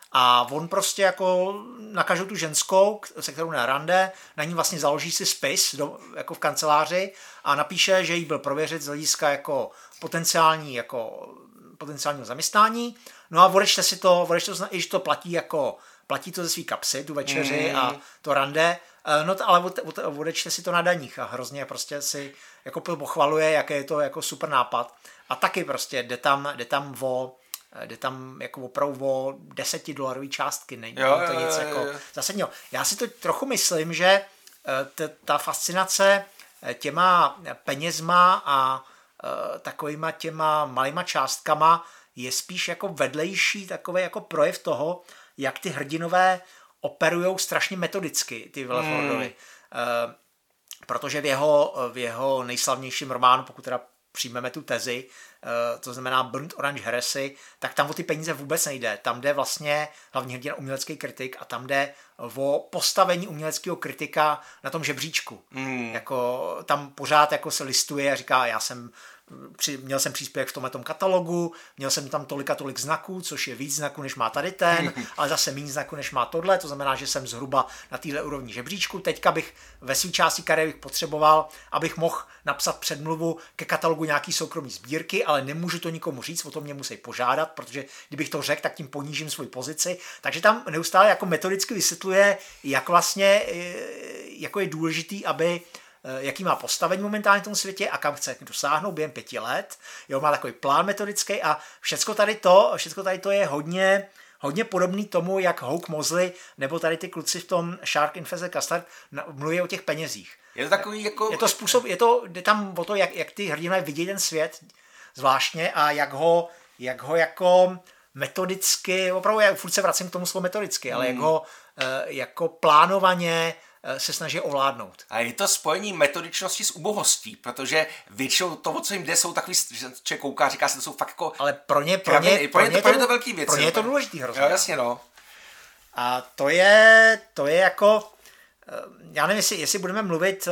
A on prostě jako na každou tu ženskou, se kterou na rande, na ní vlastně založí si spis do, jako v kanceláři a napíše, že jí byl prověřit z hlediska jako potenciální, jako potenciálního zaměstnání. No a odečte si to, odečte to, že to platí jako platí to ze svý kapsy, tu večeři mm. a to rande, no to, ale od, od, odečte si to na daních a hrozně prostě si jako pochvaluje, jaké je to jako super nápad. A taky prostě jde tam, jde tam o jde tam jako opravdu o desetidolarový částky, není jo, to nic jo, jako jo. zásadního. Já si to trochu myslím, že t, ta fascinace těma penězma a takovýma těma malýma částkama je spíš jako vedlejší takový jako projev toho, jak ty hrdinové operujou strašně metodicky, ty Willifordovi. Hmm. Protože v jeho, v jeho nejslavnějším románu, pokud teda přijmeme tu tezi, to znamená Burnt Orange Heresy, tak tam o ty peníze vůbec nejde. Tam jde vlastně hlavní hrdina umělecký kritik a tam jde o postavení uměleckého kritika na tom žebříčku. Mm. Jako, tam pořád jako se listuje a říká, já jsem Při, měl jsem příspěvek v tomhletom katalogu, měl jsem tam tolik a tolik znaků, což je víc znaků, než má tady ten, ale zase méně znaků, než má tohle, to znamená, že jsem zhruba na téhle úrovni žebříčku. Teďka bych ve své části kariéry potřeboval, abych mohl napsat předmluvu ke katalogu nějaký soukromý sbírky, ale nemůžu to nikomu říct, o to mě musí požádat, protože kdybych to řekl, tak tím ponížím svou pozici. Takže tam neustále jako metodicky vysvětluje, jak vlastně jako je důležitý, aby jaký má postavení momentálně v tom světě a kam chce dosáhnout během pěti let. Jo, má takový plán metodický a všecko tady to, všecko tady to je hodně, hodně podobný tomu, jak Hawk Mosley nebo tady ty kluci v tom Shark Infested Custard mluví o těch penězích. Je to takový jako... Je to způsob, je to, jde tam o to, jak, jak ty hrdinové vidí ten svět zvláštně a jak ho, jak ho jako metodicky, opravdu já furt se vracím k tomu slovu metodicky, ale hmm. jak ho jako plánovaně se snaží ovládnout. A je to spojení metodičnosti s ubohostí, protože většinou toho, co jim jde, jsou takový, že člověk kouká, říká se, to jsou fakt jako... Ale pro ně, pro ně, pro ně, pro ně, pro ně to velký věci. Pro ně je to důležitý hrozně. Jo, jasně, no. A to je, to je jako, já nevím, jestli, jestli budeme mluvit,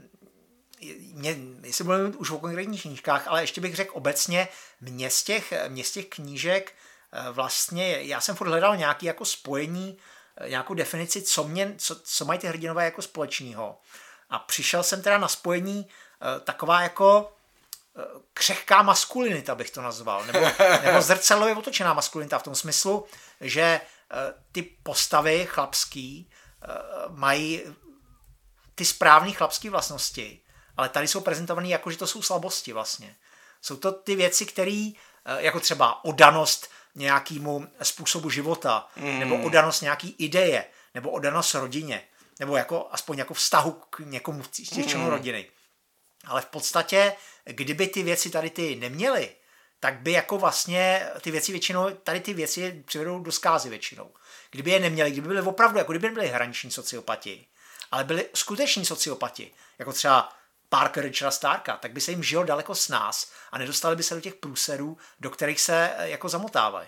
mě, jestli budeme mluvit už o konkrétních knížkách, ale ještě bych řekl obecně, mě z těch, mě z těch knížek vlastně, já jsem furt hledal nějaký jako spojení, nějakou definici, co, mě, co, co mají ty hrdinové jako společného. A přišel jsem teda na spojení taková jako křehká maskulinita, bych to nazval, nebo, nebo zrcadlově otočená maskulinita v tom smyslu, že ty postavy chlapský mají ty správné chlapské vlastnosti, ale tady jsou prezentované jako, že to jsou slabosti vlastně. Jsou to ty věci, které, jako třeba oddanost nějakému způsobu života, mm. nebo oddanost nějaký ideje, nebo oddanost rodině, nebo jako aspoň jako vztahu k někomu z těch členů mm. rodiny. Ale v podstatě, kdyby ty věci tady ty neměly, tak by jako vlastně ty věci většinou, tady ty věci přivedou do zkázy většinou. Kdyby je neměli, kdyby byly opravdu, jako kdyby byli hraniční sociopati, ale byli skuteční sociopati, jako třeba Parker Richarda Starka, tak by se jim žilo daleko s nás a nedostali by se do těch průserů, do kterých se jako zamotávají.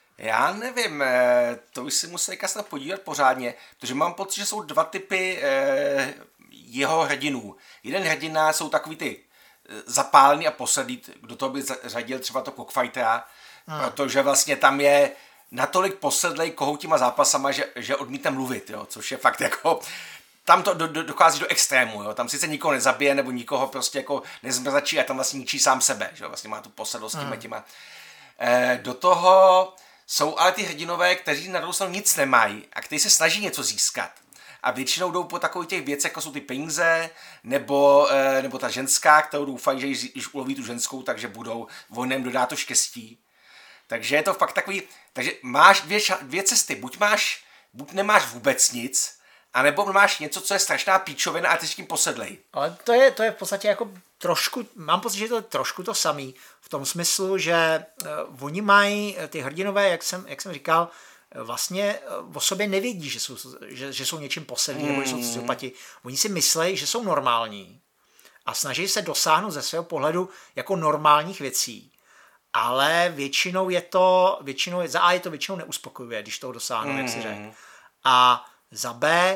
Já nevím, to už si musím snad podívat pořádně, protože mám pocit, že jsou dva typy eh, jeho hrdinů. Jeden hrdina jsou takový ty zapálený a posedlý, do toho by řadil třeba to cockfightera, hmm. protože vlastně tam je natolik posedlej kohoutíma zápasama, že, že odmítne mluvit, jo, což je fakt jako... Tam to do, do, dochází do extrému, jo. Tam sice nikoho nezabije, nebo nikoho prostě jako nezmrzačí a tam vlastně ničí sám sebe, že jo. Vlastně má tu posedlost s těma těma. E, do toho jsou ale ty hrdinové, kteří na druhou stranu nic nemají a kteří se snaží něco získat. A většinou jdou po takových těch věcech, jako jsou ty peníze, nebo, e, nebo ta ženská, kterou doufají, že již uloví tu ženskou, takže budou vonem dodá to štěstí. Takže je to fakt takový, takže máš dvě, dvě cesty, buď máš, buď nemáš vůbec nic, a nebo máš něco, co je strašná píčovina a ty s tím posedlej. Ale to je, to je v podstatě jako trošku, mám pocit, že to je trošku to samý. V tom smyslu, že uh, oni mají, ty hrdinové, jak jsem, jak jsem říkal, vlastně uh, o sobě nevědí, že jsou, že, že jsou něčím posedlí, mm. nebo že jsou sociopati. Oni si myslejí, že jsou normální a snaží se dosáhnout ze svého pohledu jako normálních věcí. Ale většinou je to, většinou, za A je to většinou neuspokojuje, když toho dosáhnou, mm. jak si řekl. A za B,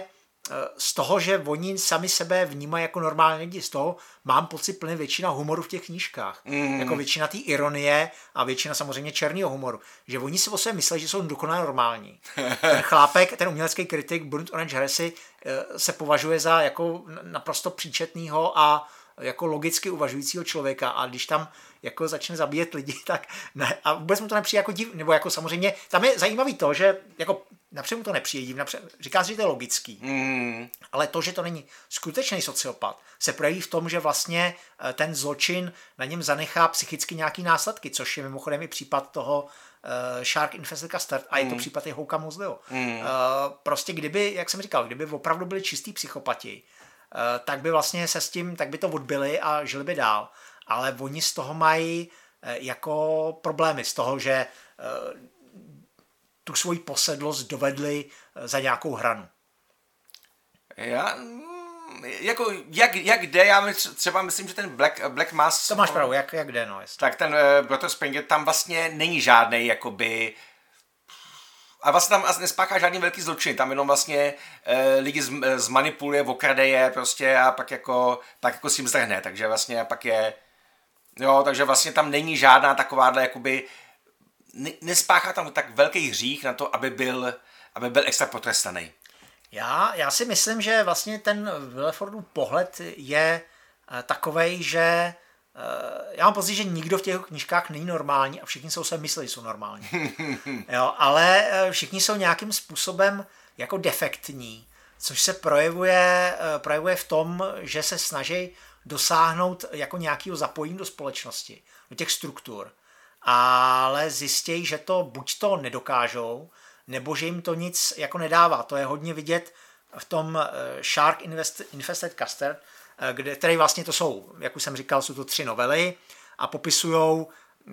z toho, že oni sami sebe vnímají jako normální lidi, z toho mám pocit plně většina humoru v těch knížkách. Mm. Jako většina té ironie a většina samozřejmě černého humoru. Že oni si o sobě myslí, že jsou dokonale normální. Ten chlápek, ten umělecký kritik Burnt Orange Heresy se považuje za jako naprosto příčetného a jako logicky uvažujícího člověka a když tam jako začne zabíjet lidi, tak ne, a vůbec mu to nepřijde jako div, nebo jako samozřejmě, tam je zajímavý to, že jako napřed mu to nepřijde div, napřed, říká si, že to je logický, mm. ale to, že to není skutečný sociopat, se projeví v tom, že vlastně ten zločin na něm zanechá psychicky nějaký následky, což je mimochodem i případ toho uh, Shark Infested Custard a je to mm. případ i Houka Mosleyho. Mm. Uh, prostě kdyby, jak jsem říkal, kdyby opravdu byli čistý psychopati, uh, tak by vlastně se s tím, tak by to odbyli a žili by dál. Ale oni z toho mají jako problémy, z toho, že tu svoji posedlost dovedli za nějakou hranu. Já, jako, jak, jak jde, já třeba myslím, že ten Black, Black Mass... To máš pravdu, jak, jak jde, no. Jestli. Tak ten uh, Brother Springer, tam vlastně není žádnej, jakoby... A vlastně tam nespáchá žádný velký zločin, tam jenom vlastně uh, lidi z, zmanipuluje, okrade je prostě a pak jako, pak jako s tím zdrhne, takže vlastně pak je... Jo, takže vlastně tam není žádná takováhle, jakoby, ne, nespáchá tam tak velký hřích na to, aby byl, aby byl extra potrestaný. Já, já si myslím, že vlastně ten Willefordův pohled je uh, takovej, že uh, já mám pocit, že nikdo v těch knížkách není normální a všichni jsou se myslí, že jsou normální. Jo, ale uh, všichni jsou nějakým způsobem jako defektní, což se projevuje, uh, projevuje v tom, že se snaží dosáhnout jako nějakého zapojení do společnosti, do těch struktur. Ale zjistějí, že to buď to nedokážou, nebo že jim to nic jako nedává. To je hodně vidět v tom Shark Infested Custard, kde, který vlastně to jsou, jak už jsem říkal, jsou to tři novely a popisují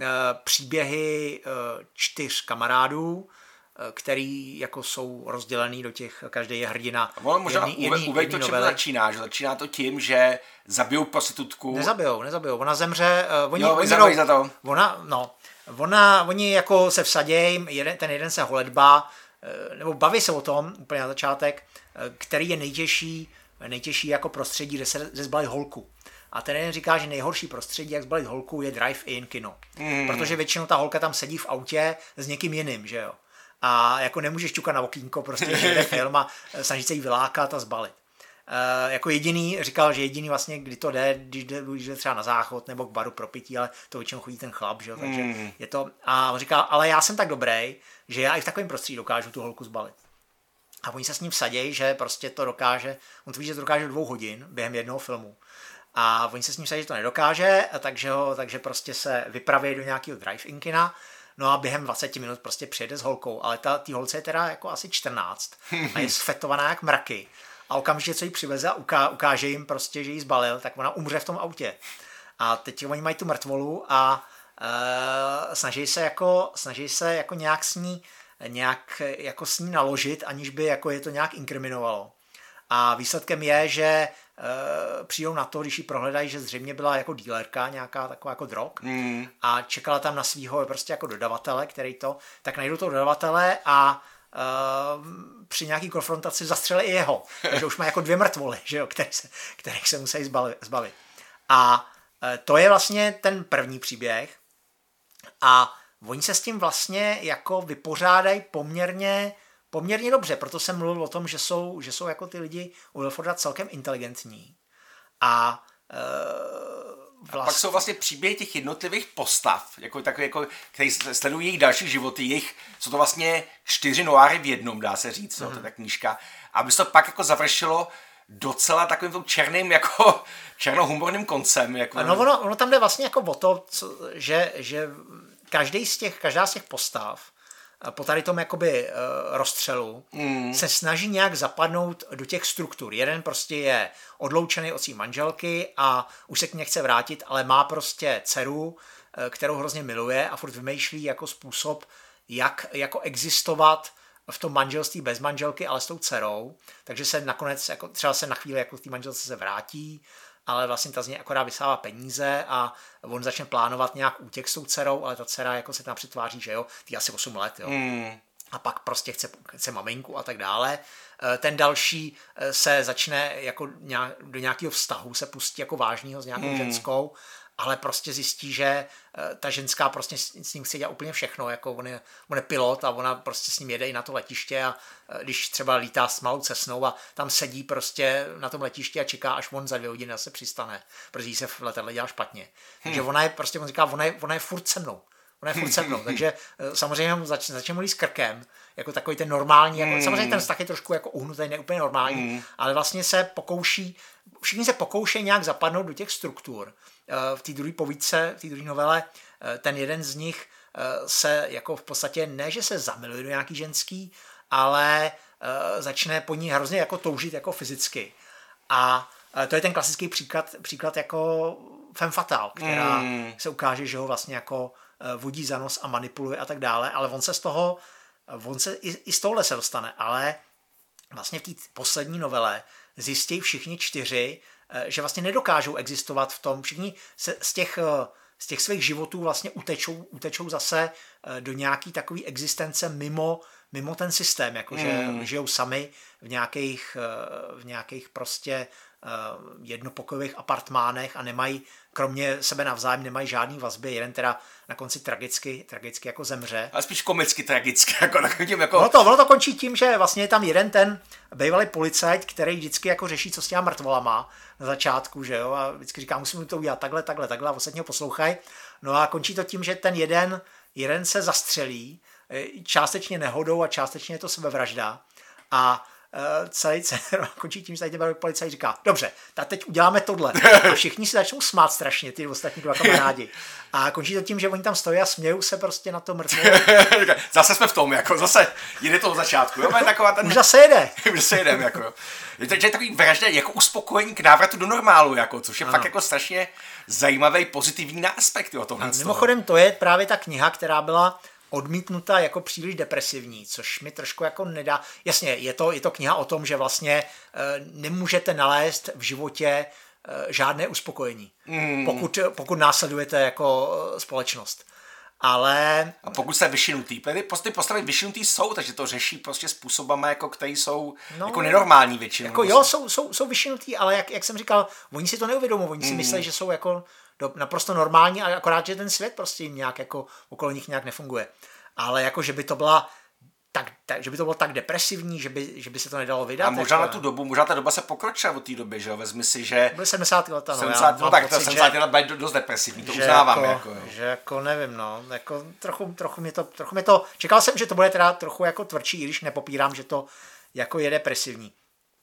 příběhy čtyř kamarádů, který jako jsou rozdělený do těch, každý je hrdina. Možná uvej to, čem to začíná, že začíná to tím, že zabijou prostitutku. Nezabijou, nezabijou, ona zemře, uh, oni, jo, oni jdou, za to. Ona, no, ona, oni jako se vsadějí, jeden, ten jeden se holedbá, uh, nebo baví se o tom, úplně na začátek, uh, který je nejtěžší, nejtěžší jako prostředí, kde se zbalit holku. A ten jeden říká, že nejhorší prostředí, jak zbalit holku, je drive-in kino. Mm. Protože většinou ta holka tam sedí v autě s někým jiným, že jo. A jako nemůžeš čukat na okýnko, prostě jde film a snažit se jí vylákat a zbalit. E, jako jediný, říkal, že jediný vlastně, kdy to jde, když jde, když jde třeba na záchod nebo k baru pro pití, ale to většinou chodí ten chlap, že jo, takže mm. je to, a on říkal, ale já jsem tak dobrý, že já i v takovém prostředí dokážu tu holku zbalit. A oni se s ním vsadějí, že prostě to dokáže, on tvrdí, že to dokáže dvou hodin během jednoho filmu. A oni se s ním vsadí, že to nedokáže, takže, ho, takže prostě se vypraví do nějakého drive-in kina. No a během dvacet minut prostě přijede s holkou, ale ta tý holce je teda jako asi čtrnáct a je sfetovaná jak mraky. A okamžitě, co jí přiveze a uká, ukáže jim prostě, že jí zbalil, tak ona umře v tom autě. A teď oni mají tu mrtvolu a e, snaží se jako, snaží se jako nějak s ní, nějak jako s ní naložit, aniž by jako je to nějak inkriminovalo. A výsledkem je, že e, přijdou na to, když ji prohledají, že zřejmě byla jako dílerka, nějaká taková jako drog mm. a čekala tam na svýho prostě jako dodavatele, který to, tak najdou toho dodavatele a Uh, při nějaký konfrontaci zastřeli i jeho. Takže už má jako dvě mrtvoly, že jo, který se, kterých se musí zbavit. A uh, to je vlastně ten první příběh. A oni se s tím vlastně jako vypořádají poměrně, poměrně dobře. Proto jsem mluvil o tom, že jsou, že jsou jako ty lidi u Wilforda celkem inteligentní. A uh, Vlast... A pak jsou vlastně příběhy těch jednotlivých postav, jako takový, jako, který sledují jejich další životy, jejich, jsou to vlastně čtyři noáry v jednom, dá se říct, mm. no, to je ta knížka. A aby se to pak jako završilo docela takovým černým, jako černohumorným koncem. Jako... No ono, ono tam jde vlastně jako o to, co, že, že každý z těch, každá z těch postav po tady tom jakoby uh, rozstřelu mm. se snaží nějak zapadnout do těch struktur. Jeden prostě je odloučený od své manželky a už se k ní nechce vrátit, ale má prostě dceru, uh, kterou hrozně miluje a furt vymýšlí jako způsob, jak jako existovat v tom manželství bez manželky, ale s tou dcerou. Takže se nakonec jako, třeba se na chvíli jako té manželce se vrátí, ale vlastně ta z něj akorát vysává peníze a on začne plánovat nějak útěk s tou dcerou, ale ta dcera jako se tam přitváří, že jo, ty asi osm let, jo. Mm. A pak prostě chce, chce maminku a tak dále. Ten další se začne jako nějak, do nějakého vztahu se pustí jako vážného s nějakou mm. ženskou, ale prostě zjistí, že ta ženská prostě s ním chce dělat úplně všechno, jako on je, on je pilot a ona prostě s ním jede i na to letiště a když třeba lítá s malou cesnou a tam sedí prostě na tom letišti a čeká, až on za dvě hodiny zase přistane, protože jí se v letadle dělá špatně. Takže hmm. ona je prostě, on říká, ona je, ona je furt se mnou. Ona je furt se mnou, takže samozřejmě zač, začne mluvit s krkem, jako takový ten normální, jako, mm. samozřejmě ten vztah je trošku jako uhnutý, ne úplně normální, mm. ale vlastně se pokouší, všichni se pokouší nějak zapadnout do těch struktur. V té druhé povídce, v té druhé novele, ten jeden z nich se jako v podstatě ne, že se zamiluje do nějaký ženský, ale začne po ní hrozně jako toužit jako fyzicky. A to je ten klasický příklad, příklad jako femme fatale, která mm. se ukáže, že ho vlastně jako vodí za nos a manipuluje a tak dále, ale on se z toho, on se i, i z tohohle se dostane, ale vlastně v té poslední novele zjistí všichni čtyři, že vlastně nedokážou existovat v tom, všichni se z těch, z těch svých životů vlastně utečou, utečou zase do nějaký takový existence mimo, mimo ten systém, jakože mm. žijou sami v nějakých, v nějakých prostě jednopokojových apartmánech a nemají, kromě sebe navzájem, nemají žádný vazby. Jeden teda na konci tragicky, tragicky jako zemře. Ale spíš komicky tragicky. Jako, jako... Ono, to, ono to končí tím, že vlastně je tam jeden ten bývalý policajt, který vždycky jako řeší, co s těma mrtvolama na začátku, že jo, a vždycky říká, musím to udělat takhle, takhle, takhle a ostatně ho poslouchají. No a končí to tím, že ten jeden, jeden se zastřelí, částečně nehodou a částečně je to sebevražda. A Uh, celý scénář končí tím, že tady ten policajt říká, dobře, tak teď uděláme tohle. A všichni se začnou smát strašně, ty ostatní dva kamarádi. A končí to tím, že oni tam stojí a smějou se prostě na to mrtvé. Zase jsme v tom, jako zase jde to od začátku. Jo? Je taková ten... Už zase jede. Už zase jedem, jako. Takže je takový vražda jako uspokojení k návratu do normálu, jako, což je ano. Fakt jako strašně zajímavý pozitivní aspekt. Jo, mimochodem to je právě ta kniha, která byla odmítnuta jako příliš depresivní, což mi trošku jako nedá. Jasně, je to, je to kniha o tom, že vlastně e, nemůžete nalézt v životě e, žádné uspokojení, mm. pokud, pokud následujete jako e, společnost. Ale... A pokud jste vyšinutý, ty postavy vyšinutý jsou, takže to řeší prostě způsobama, jako, které jsou no, jako nenormální většinou. Jako jo, jsou, jsou, jsou vyšinutý, ale jak, jak jsem říkal, oni si to neuvědomují, oni si mm. myslí, že jsou jako do, naprosto normální, a akorát, že ten svět prostě jim nějak jako okolo nich nějak nefunguje. Ale jako, že by to byla tak, tak, že by to bylo tak depresivní, že by, že by se to nedalo vydat. A možná jako, na tu dobu, možná ta doba se pokročila od té doby, že jo, vezmi si, že... Byly sedmdesátá leta, no, sedmdesátá, no tak to sedmdesátá let být dost depresivní, to uznávám, jako, jako, jo. Že jako nevím, no, jako trochu, trochu mě to, trochu mě to, čekal jsem, že to bude teda trochu jako tvrdší, i když nepopírám, že to, jako je depresivní.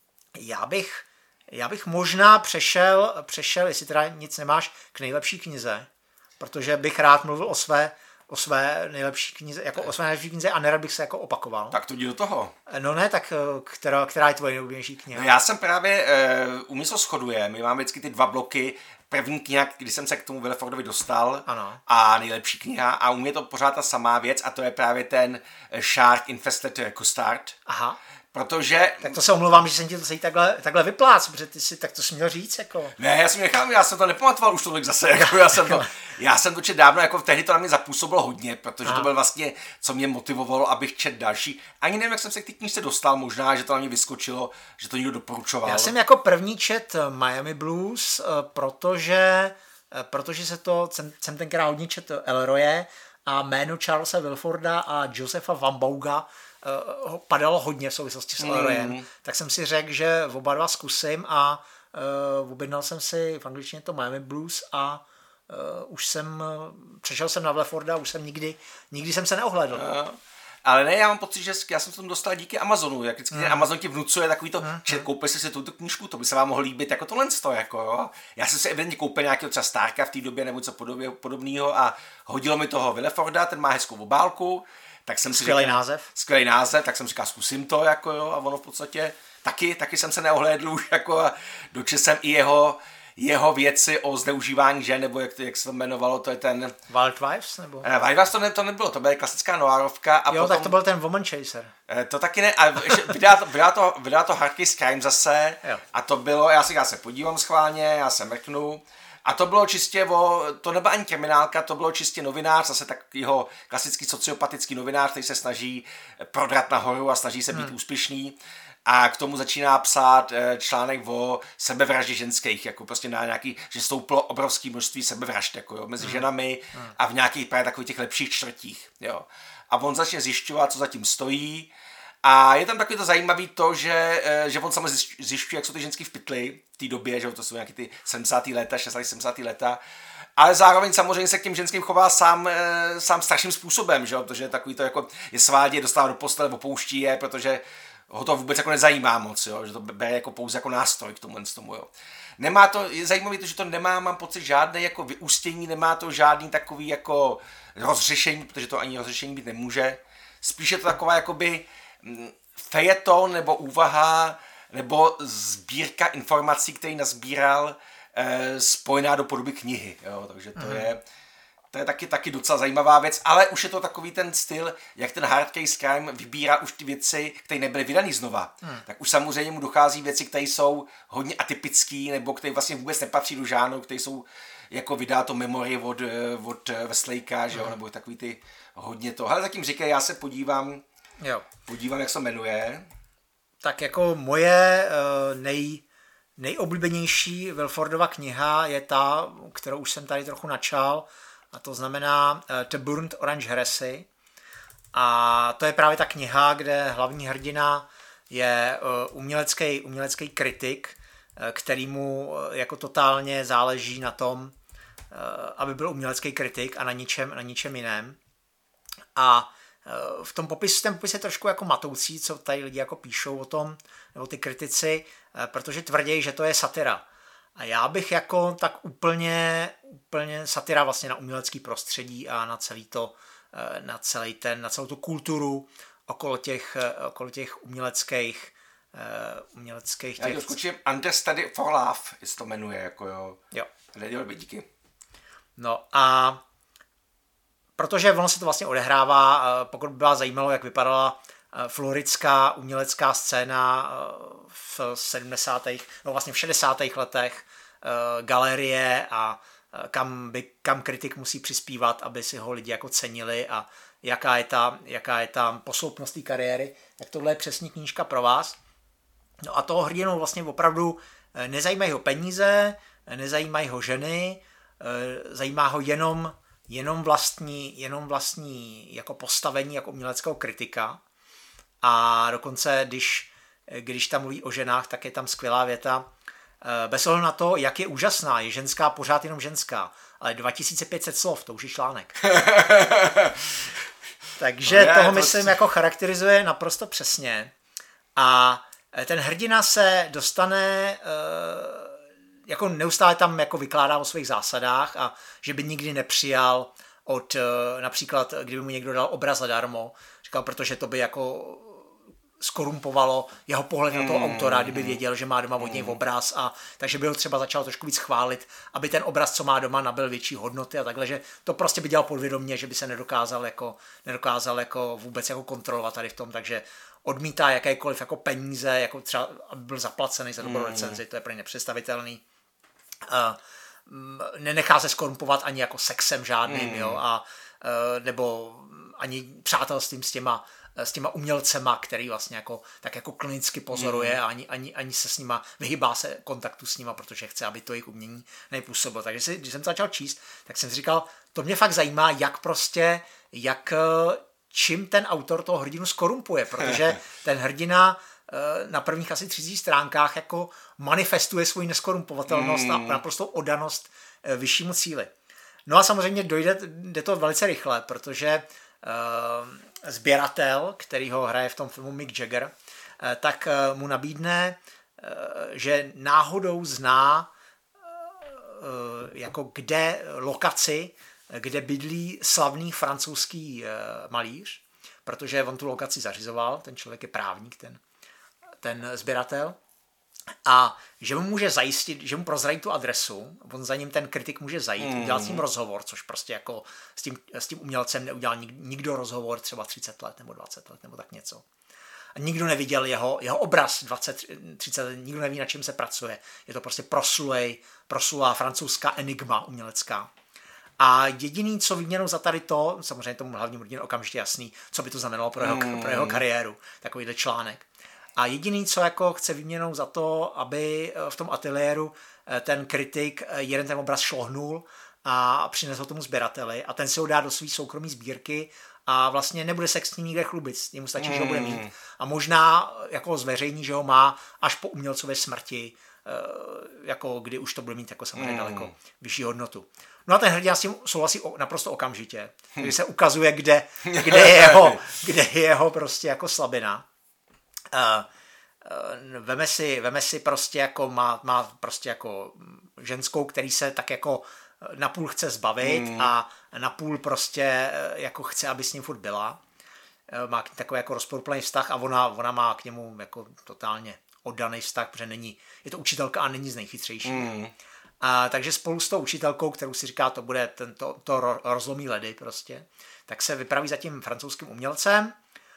Já bych, já bych možná přešel, přešel, jestli teda nic nemáš, k nejlepší knize, protože bych rád mluvil o své, o své nejlepší knize, jako o své nejlepší knize a nerad bych se jako opakoval. Tak to jdi do toho. No ne, tak která, která je tvoje nejoblíbenější kniha? No já jsem právě, uh, u mě se shoduje, my máme vždycky ty dva bloky, první kniha, když jsem se k tomu Willefordovi dostal, ano. A nejlepší kniha a u mě je to pořád ta samá věc a to je právě ten Shark Infested Custard. Aha. Protože... Tak to se omlouvám, že jsem ti to celý takhle, takhle vyplác, protože ty si, tak to jsi měl říct, jako... Ne, já jsem nechal, já jsem to nepamatoval už tolik zase, jako já jsem to, já jsem to čet dávno, jako tehdy to na mě zapůsobilo hodně, protože Aha. to byl vlastně, co mě motivovalo, abych čet další. Ani nevím, jak jsem se k té knížce dostal, možná, že to na mě vyskočilo, že to někdo doporučoval. Já jsem jako první čet Miami Blues, protože, protože se to, jsem, jsem tenkrát hodně čet Elroye a jméno Charlesa Wilforda a Josepha Van Bouga Uh, padalo hodně v souvislosti s Elroyem, mm. tak jsem si řekl, že oba dva zkusím a uh, objednal jsem si v angličtině to Miami Blues a uh, už jsem, uh, přešel jsem na Willeforda a už jsem nikdy, nikdy jsem se neohlédl. Uh, ale ne, já mám pocit, že já jsem se tam dostal díky Amazonu, jak vždycky mm. Amazon ti vnucuje takový to, mm. že koupil jsi si tuto knížku, to by se vám mohlo líbit jako tohle sto, jako jo. Já jsem si evidentně koupil nějakého třeba Starka v té době nebo něco podobného a hodilo mi toho Willeforda, ten má hezkou obálku. Tak jsem si skvělý říkal, název. Skvělý název, tak jsem říkal, zkusím to, jako jo, a ono v podstatě taky, taky jsem se neohlédl už, jako a dočetl jsem i jeho, jeho věci o zneužívání žen, nebo jak, to, jak se to jmenovalo, to je ten... Wild Wives, nebo? Ne, Wild Wives to, ne, to nebylo, to byla klasická noárovka. A jo, potom, tak to byl ten Woman Chaser. To taky ne, a vydá to, vydá to, vydá to Hard Case Crime zase, jo. A to bylo, já si, já se podívám schválně, já se mrknu. A to bylo čistě o, to nebyla ani kriminálka, to bylo čistě novinář, zase takovýho klasický sociopatický novinář, který se snaží prodrat nahoru a snaží se být hmm. úspěšný. A k tomu začíná psát článek o sebevraždě ženských, jako prostě na nějaký, že stouplo obrovské množství sebevražd, jako jo, mezi hmm. ženami hmm. a v nějakých právě takových těch lepších čtvrtích, jo. A on začne zjišťovat, co zatím stojí. A je tam takový to zajímavý to, že, že on samozřejmě zjišťuje, jak jsou ty ženský v pytli v té době, že to jsou nějaký ty sedmdesátá léta, šedesátá sedmdesátá léta, ale zároveň samozřejmě se k těm ženským chová sám, sám strašným způsobem, že? Protože takový to jako je svádě, dostává do postele, opouští je, protože ho to vůbec jako nezajímá moc, jo? Že to bere jako pouze jako nástroj k tomu, tomu jo. Nemá to, je zajímavé to, že to nemá, mám pocit, žádné jako vyústění, nemá to žádný takový jako rozřešení, protože to ani rozřešení být nemůže. Spíš je to taková jakoby fejeton nebo úvaha nebo sbírka informací, který nazbíral eh, spojená do podoby knihy. Jo? Takže to, mm. je, to je taky, taky docela zajímavá věc, ale už je to takový ten styl, jak ten Hard Case Crime vybírá už ty věci, které nebyly vydaný znova. Mm. Tak už samozřejmě mu dochází věci, které jsou hodně atypické nebo které vlastně vůbec nepatří do žánru, které jsou jako vydá to memory od, od Westlakea, že jo? Mm. Nebo takový ty hodně to. Ale zatím říkají, já se podívám, Jo. Podívám, jak se jmenuje. Tak jako moje uh, nej, nejoblíbenější Wilfordova kniha je ta, kterou už jsem tady trochu načal, a to znamená uh, The Burnt Orange Heresy. A to je právě ta kniha, kde hlavní hrdina je uh, umělecký, umělecký kritik, uh, kterýmu uh, jako totálně záleží na tom, uh, aby byl umělecký kritik a na ničem, na ničem jiném. A v tom popisu, ten popis je trošku jako matoucí, co tady lidi jako píšou o tom, nebo ty kritici, protože tvrdí, že to je satira. A já bych jako tak úplně, úplně satira vlastně na umělecký prostředí a na celý to, na celý ten, na celou tu kulturu okolo těch, okolo těch uměleckých, uměleckých těch... Já to zkučím, Understudy for Love, jestli to jmenuje, jako jo. Jo. Díky. No a protože ono se to vlastně odehrává, pokud by vás zajímalo, jak vypadala floridská umělecká scéna v sedmdesátých no vlastně v šedesátých letech, galerie a kam, by, kam kritik musí přispívat, aby si ho lidi jako cenili a jaká je ta, jaká je ta posloupnost té kariéry, tak tohle je přesně knížka pro vás. No a toho hrdinu vlastně opravdu nezajímají ho peníze, nezajímají ho ženy, zajímá ho jenom jenom vlastní, jenom vlastní jako postavení jako uměleckého kritika. A dokonce, když, když tam mluví o ženách, tak je tam skvělá věta. Bez ohledu na to, jak je úžasná, je ženská pořád jenom ženská, ale dva tisíce pět set slov, to už je článek. Takže no, toho, myslím, to... jako charakterizuje naprosto přesně. A ten hrdina se dostane, jako neustále tam jako vykládá o svých zásadách a že by nikdy nepřijal od, například, kdyby mu někdo dal obraz zadarmo, říkal, protože to by jako skorumpovalo jeho pohled na toho autora, kdyby věděl, že má doma od něj obraz, a takže by ho třeba začal trošku víc chválit, aby ten obraz, co má doma, nabyl větší hodnoty a takhle, že to prostě by dělal podvědomě, že by se nedokázal jako, nedokázal jako vůbec jako kontrolovat tady v tom, takže odmítá jakékoliv jako peníze, jako třeba aby byl zaplacený za dobrou recenzi, to je pro ně nepředstavitelný. Uh, nenechá se skorumpovat ani jako sexem žádným, mm. jo, a uh, nebo ani přátelstvím s těma s těma umělcema, který vlastně jako, tak jako klinicky pozoruje mm. a ani, ani, ani se s nima, vyhybá se kontaktu s nima, protože chce, aby to jejich umění nepůsobilo. Takže si, když jsem to začal číst, tak jsem si říkal, to mě fakt zajímá, jak prostě, jak čím ten autor toho hrdinu skorumpuje, protože ten hrdina na prvních asi třiceti stránkách jako manifestuje svou neskorumpovatelnost mm. a naprostou oddanost vyššímu cíli. No a samozřejmě dojde, jde to velice rychle, protože uh, sběratel, který ho hraje v tom filmu Mick Jagger, uh, tak uh, mu nabídne, uh, že náhodou zná uh, jako kde lokaci, kde bydlí slavný francouzský uh, malíř, protože on tu lokaci zařizoval, ten člověk je právník, ten, ten sběratel, a že mu může zajistit, že mu prozradí tu adresu, on za ním ten kritik může zajít, mm. udělat s ním rozhovor, což prostě jako s tím, s tím umělcem neudělal nikdo rozhovor třeba třicet let nebo dvacet let nebo tak něco. A nikdo neviděl jeho, jeho obraz dvacet třicet let, nikdo neví, na čem se pracuje. Je to prostě proslulej, proslulá francouzská enigma umělecká. A jediný, co výměnou za tady to, samozřejmě tomu hlavnímu hrdinu okamžitě jasný, co by to znamenalo pro jeho, mm. pro jeho kariéru, takovýhle článek. A jediný, co jako chce výměnou za to, aby v tom ateliéru ten kritik jeden ten obraz šlohnul a přinesl tomu sběrateli a ten si ho dá do své soukromé sbírky a vlastně nebude se s ním nikde chlubit, jemu stačí, mm. že ho bude mít. A možná jako zveřejní, že ho má až po umělcově smrti, jako kdy už to bude mít jako samozřejmě mm. daleko vyšší hodnotu. No a ten hrdina s tím souhlasí naprosto okamžitě, když se ukazuje, kde, kde, je jeho, kde je jeho prostě jako slabina. Uh, uh, veme si, veme si prostě jako má, má prostě jako ženskou, který se tak jako napůl chce zbavit mm. a napůl prostě jako chce, aby s ním furt byla. Uh, má takový jako rozporuplný vztah a ona, ona má k němu jako totálně oddaný vztah, protože není, je to učitelka a není z nejchytřejší. Mm. A takže spolu s tou učitelkou, kterou si říká, to bude tento, to rozlomí ledy prostě, tak se vypraví za tím francouzským umělcem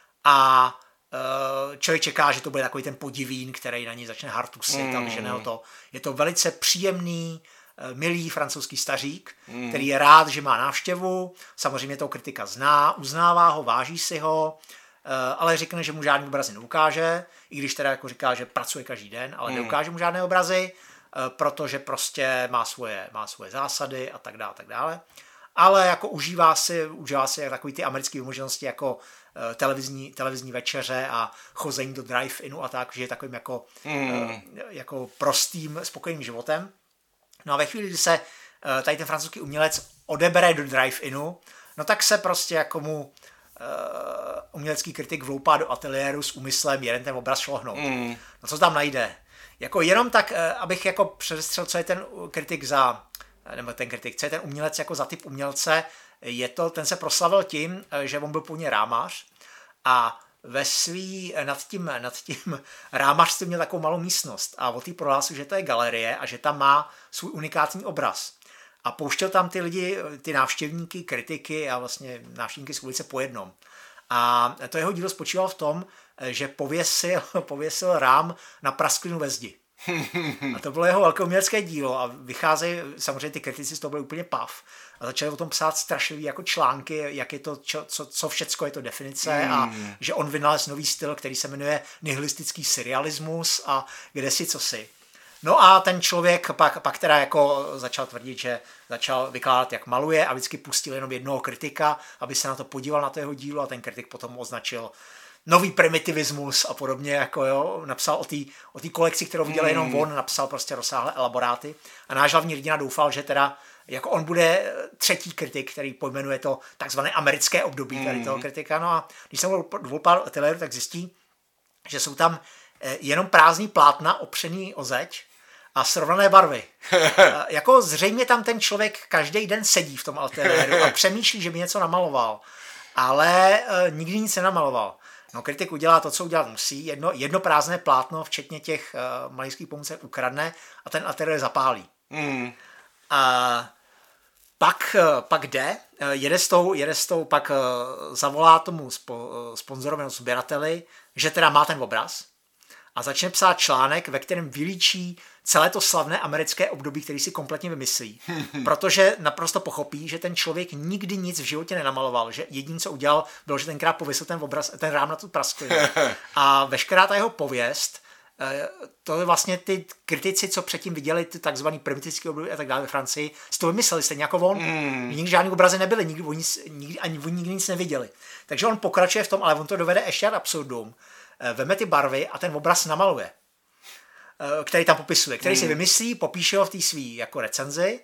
a člověk čeká, že to bude takový ten podivín, který na něj začne hartusit mm. a vyženého to. Je to velice příjemný, milý francouzský stařík, mm. který je rád, že má návštěvu, samozřejmě toho kritika zná, uznává ho, váží si ho, ale řekne, že mu žádný obrazy neukáže, i když teda jako říká, že pracuje každý den, ale mm. neukáže mu žádné obrazy, protože prostě má svoje, má svoje zásady a tak dále, a tak dále. Ale jako užívá si, užívá si takový ty americké možnosti jako televizní, televizní večeře a chození do drive-inu a tak, že je takovým jako, mm. jako prostým, spokojeným životem. No a ve chvíli, kdy se tady ten francouzský umělec odebere do drive-inu, no tak se prostě jako mu uh, umělecký kritik vloupá do ateliéru s úmyslem jeden ten obraz šlohnout. Mm. No co tam najde? Jako jenom tak, abych jako předestřel, co je ten kritik za, nebo ten kritik, co je ten umělec jako za typ umělce, je to, ten se proslavil tím, že on byl původně rámař a ve svý, nad tím, nad tím rámařstvím měl takovou malou místnost a o té prohlásil, že to je galerie a že tam má svůj unikátní obraz. A pouštěl tam ty lidi, ty návštěvníky, kritiky a vlastně návštěvníky z ulice po jednom. A to jeho dílo spočívalo v tom, že pověsil, pověsil rám na prasklinu ve zdi. A to bylo jeho velké umělecké dílo a vycházejí, samozřejmě ty kritici z toho byli úplně pav a začali o tom psát strašlivý jako články, jak je to, čo, co, co všecko je to definice mm. a že on vynalez nový styl, který se jmenuje nihilistický surrealismus a kde si co si. No a ten člověk pak, pak teda jako začal tvrdit, že začal vykládat, jak maluje a vždycky pustil jenom jednoho kritika, aby se na to podíval na to jeho dílo a ten kritik potom označil nový primitivismus a podobně, jako jo, napsal o té o té kolekci, kterou viděl jenom on, napsal prostě rozsáhlé elaboráty a náš hlavní hrdina doufal, že teda jako on bude třetí kritik, který pojmenuje to takzvané americké období tady toho kritika, no a když jsem byl dvou pár ateliéru, tak zjistí, že jsou tam jenom prázdný plátna opřený o zeď a srovnané barvy. Jako zřejmě tam ten člověk každý den sedí v tom ateliéru a přemýšlí, že by něco namaloval, ale nikdy nic nenamaloval. No, kritik udělá to, co udělat musí, jedno, jedno prázdné plátno, včetně těch uh, malířských pomůcek, ukradne a ten ateliér zapálí. Mm. A pak, pak jde, jede s tou, jede s tou, pak zavolá tomu spo, sponzorovému sběrateli, že teda má ten obraz a začne psát článek, ve kterém vylíčí celé to slavné americké období, který si kompletně vymyslí. Protože naprosto pochopí, že ten člověk nikdy nic v životě nenamaloval, že jediné, co udělal, bylo, že tenkrát pověsil ten obraz, ten rám na tu prasklinu. A veškerá ta jeho pověst, to je vlastně ty kritici, co předtím viděli ty takzvaný primitistický období a tak dále ve Francii, si to vymysleli stejně jako on. Mm. Nikdy žádný obrazy nebyly, nikdy, oni, nikdy, ani oni nikdy nic neviděli. Takže on pokračuje v tom, ale on to dovede ještě ad absurdum. Veme ty barvy a ten obraz namaluje, který tam popisuje, který mm. si vymyslí, popíše ho v té svý jako recenzi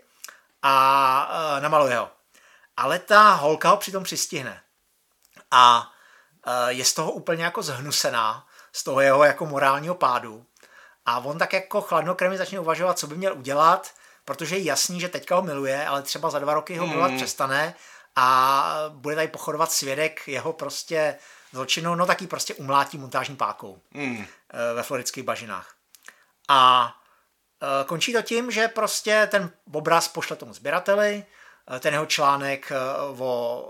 a namaluje ho. Ale ta holka ho přitom přistihne. A je z toho úplně jako zhnusená, z toho jeho jako morálního pádu. A on tak jako chladnokrevně začne uvažovat, co by měl udělat, protože je jasný, že teďka ho miluje, ale třeba za dva roky ho milovat mm. přestane a bude tady pochodovat svědek jeho prostě zločinu, no taky prostě umlátí montážní pákou mm. ve floridských bažinách. A končí to tím, že prostě ten obraz pošle tomu sběrateli, ten jeho článek o,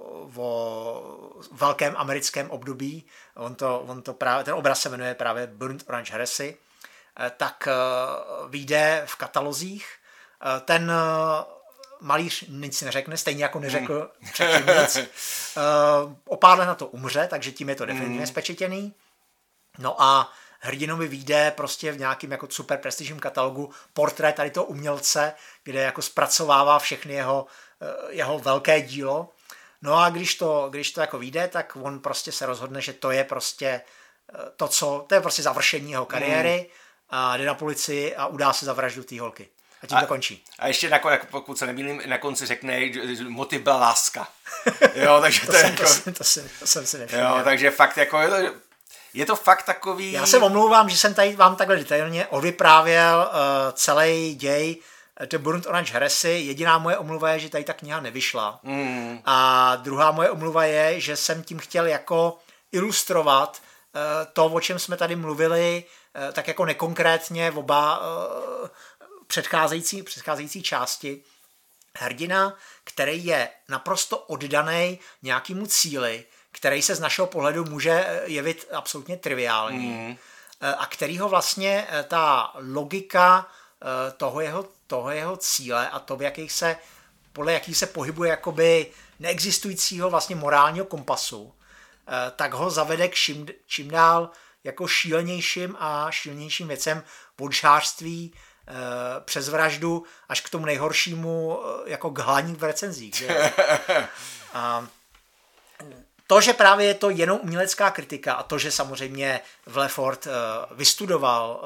o velkém americkém období, on to, on to právě, ten obraz se jmenuje právě Burnt Orange Heresy, tak vyjde v katalozích. Ten malíř nic neřekne, stejně jako neřekl mm. předtím nic. O pár let na to umře, takže tím je to definitivně mm. spečetěný. No a hrdinovi vyjde prostě v nějakým jako super prestižním katalogu portrét tady toho umělce, kde jako zpracovává všechny jeho, jeho velké dílo. No a když to, když to jako vyjde, tak on prostě se rozhodne, že to je prostě to, co, to je prostě završení jeho kariéry mm. a jde na policii a udá se za vraždu té holky. A tím a, to končí. A ještě na, pokud se nemýlím, na konci řekne, že motiv byla láska. Jo, takže to, to, je jsem, jako... to, jsem, to, jsem, to jsem si nevšiml. Jo, takže fakt jako je to, je to fakt takový... Já se omlouvám, že jsem tady vám takhle detailně odvyprávěl uh, celý děj The Burnt Orange Heresy. Jediná moje omluva je, že tady ta kniha nevyšla. Mm. A druhá moje omluva je, že jsem tím chtěl jako ilustrovat uh, to, o čem jsme tady mluvili, uh, tak jako nekonkrétně v oba uh, předcházející, předcházející části. Hrdina, který je naprosto oddaný nějakému cíli, který se z našeho pohledu může jevit absolutně triviální mm. a kterýho vlastně ta logika toho jeho, toho jeho cíle a to, v jakých se, podle jakých se pohybuje jakoby neexistujícího vlastně morálního kompasu, tak ho zavede k čím, čím dál jako šílenějším a šílenějším věcem od žhářství přes vraždu až k tomu nejhoršímu jako k hlaní v recenzích. Že? A to, že právě je to jenom umělecká kritika a to, že samozřejmě Vlefort vystudoval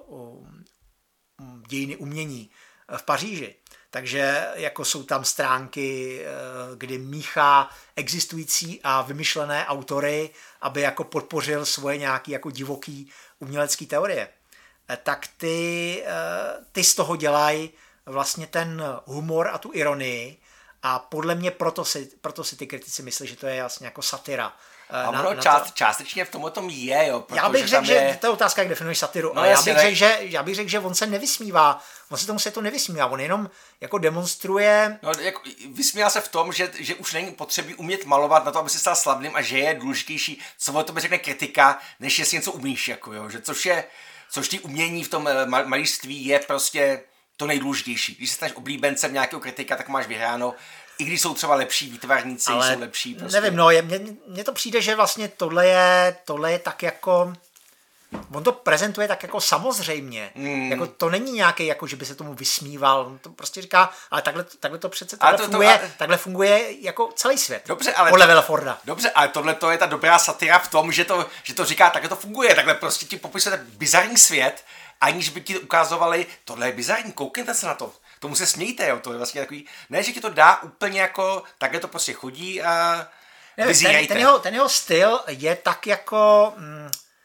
dějiny umění v Paříži, takže jako jsou tam stránky, kdy míchá existující a vymyšlené autory, aby jako podpořil svoje nějaké jako divoký umělecký teorie, tak ty, ty z toho dělají vlastně ten humor a tu ironii a podle mě proto si, proto si ty kritici myslí, že to je vlastně jako satira. A na, na část, to... částečně v tomhle tom je, jo. Já bych řekl, je... že to je otázka, jak definuješ satiru, no, ale já bych, ne... řekl, že, já bych řekl, že on se nevysmívá, on se tomu světu nevysmívá, on jenom jako demonstruje... No, jako, vysmívá se v tom, že, že už není potřebí umět malovat na to, aby si stal slavným a že je důležitější, co o tobě řekne kritika, než jestli něco umíš, jako jo, že což je, což ty umění v tom malířství je prostě to nejdůležitější. Když se staneš oblíbencem nějakého kritika, tak máš vyhráno. I když jsou třeba lepší výtvarníci, ale jsou lepší. Prostě. Nevím, no, mně to přijde, že vlastně tohle je, tohle je tak jako... On to prezentuje tak jako samozřejmě. Mm. Jako to není nějaký, jako že by se tomu vysmíval. On to prostě říká, ale takhle, takhle to přece takhle, to, funguje, to, ale... takhle funguje jako celý svět. Dobře, ale podle to, Villeforda. Dobře, ale tohle to je ta dobrá satira v tom, že to, že to říká, takhle to funguje. Takhle prostě ti popisuje bizarní svět, aniž by ti ukazovali, tohle je bizarní, koukněte se na to. Tomu se smějte, jo, to je vlastně takový, ne, že ti to dá úplně jako, takhle to prostě chodí a vyzírejte. Ten, ten, jeho, ten jeho styl je tak jako, mm,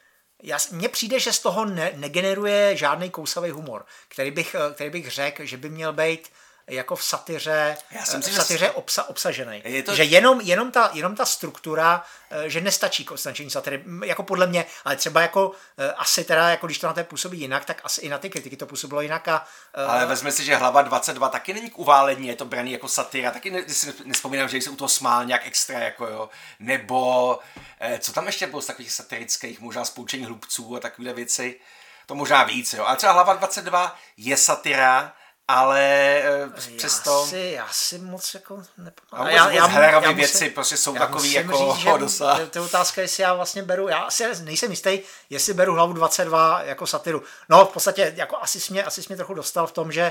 mně přijde, že z toho ne, negeneruje žádný kousavý humor, který bych, který bych řekl, že by měl být jako v satyře, v satyře obsa, obsažený. To... Že jenom, jenom, ta, jenom ta struktura, že nestačí k označení satyry, jako podle mě, ale třeba jako asi teda, jako když to na té působí jinak, tak asi i na ty kritiky to působilo jinak. A, ale vezme si, že hlava dvacet dva taky není k uválení, je to braný jako satyra, taky ne, si nespomínám, že se u toho smál nějak extra, jako jo, nebo co tam ještě bylo z takových satyrických, možná spoučení hlubců a takovéhle věci, to možná víc, jo, ale třeba hlava dvacet dva je satyra, ale uh, přesto... Já si, já si moc jako nepamatuji. Já, já, já, já věci musím, prostě jsou takový jako dosa. To je otázka, jestli já vlastně beru, já asi nejsem jistý, jestli beru hlavu dvacet dva jako satiru. No v podstatě jako asi jsi mě, asi jsi mě trochu dostal v tom, že,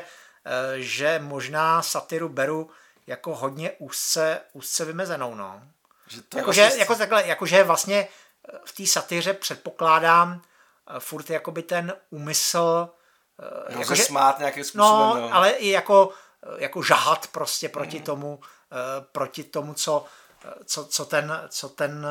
že možná satiru beru jako hodně úzce, úzce vymezenou, no. Že to jako, vlastně... že, jako takhle, jakože vlastně v té satyře předpokládám furt jakoby ten úmysl No, jako, že, smát nějakým způsobem. No, no, ale i jako, jako žahat prostě proti mm. tomu, uh, proti tomu, co, co, co ten, co ten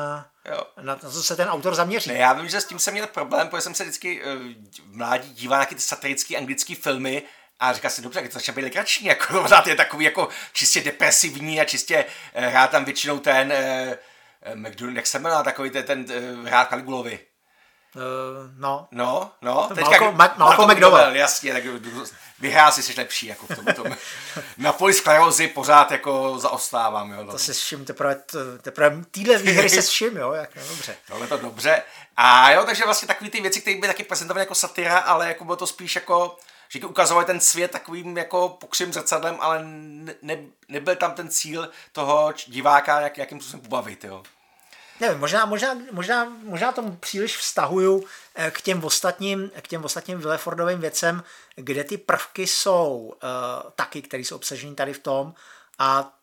na co se ten autor zaměří. Ne, já vím, že s tím jsem měl problém, protože jsem se vždycky uh, v mládí díval na ty satirické anglické filmy a říkal si, dobře, jak to začne být legrační, jako to je takový jako čistě depresivní a čistě uh, hrát tam většinou ten uh, McDonald, jak se jmenuje, takový ten, ten uh, hrát Kaligulovi. Uh, no. No, no. Teďka, Malcolm, Ma- Malcolm McDowell. Jasně, tak vyhrál si, jsi lepší, jako v tom. tom. Na poli sklerózy pořád jako zaostávám, jo. To si všim teprve, teprve týhle výhry se všim, jo, jak, no, dobře. Tohle to dobře. A jo, takže vlastně takové ty věci, které by taky prezentovaly jako satyra, ale jako bylo to spíš jako, že ukazovali ten svět takovým jako pokřivým zrcadlem, ale ne, nebyl tam ten cíl toho diváka, jak, jakým způsobem pobavit, jo. Nevím, možná, možná, možná, možná tomu příliš vztahuju k těm ostatním, k těm ostatním Willefordovým věcem, kde ty prvky jsou uh, taky, které jsou obsaženy tady v tom a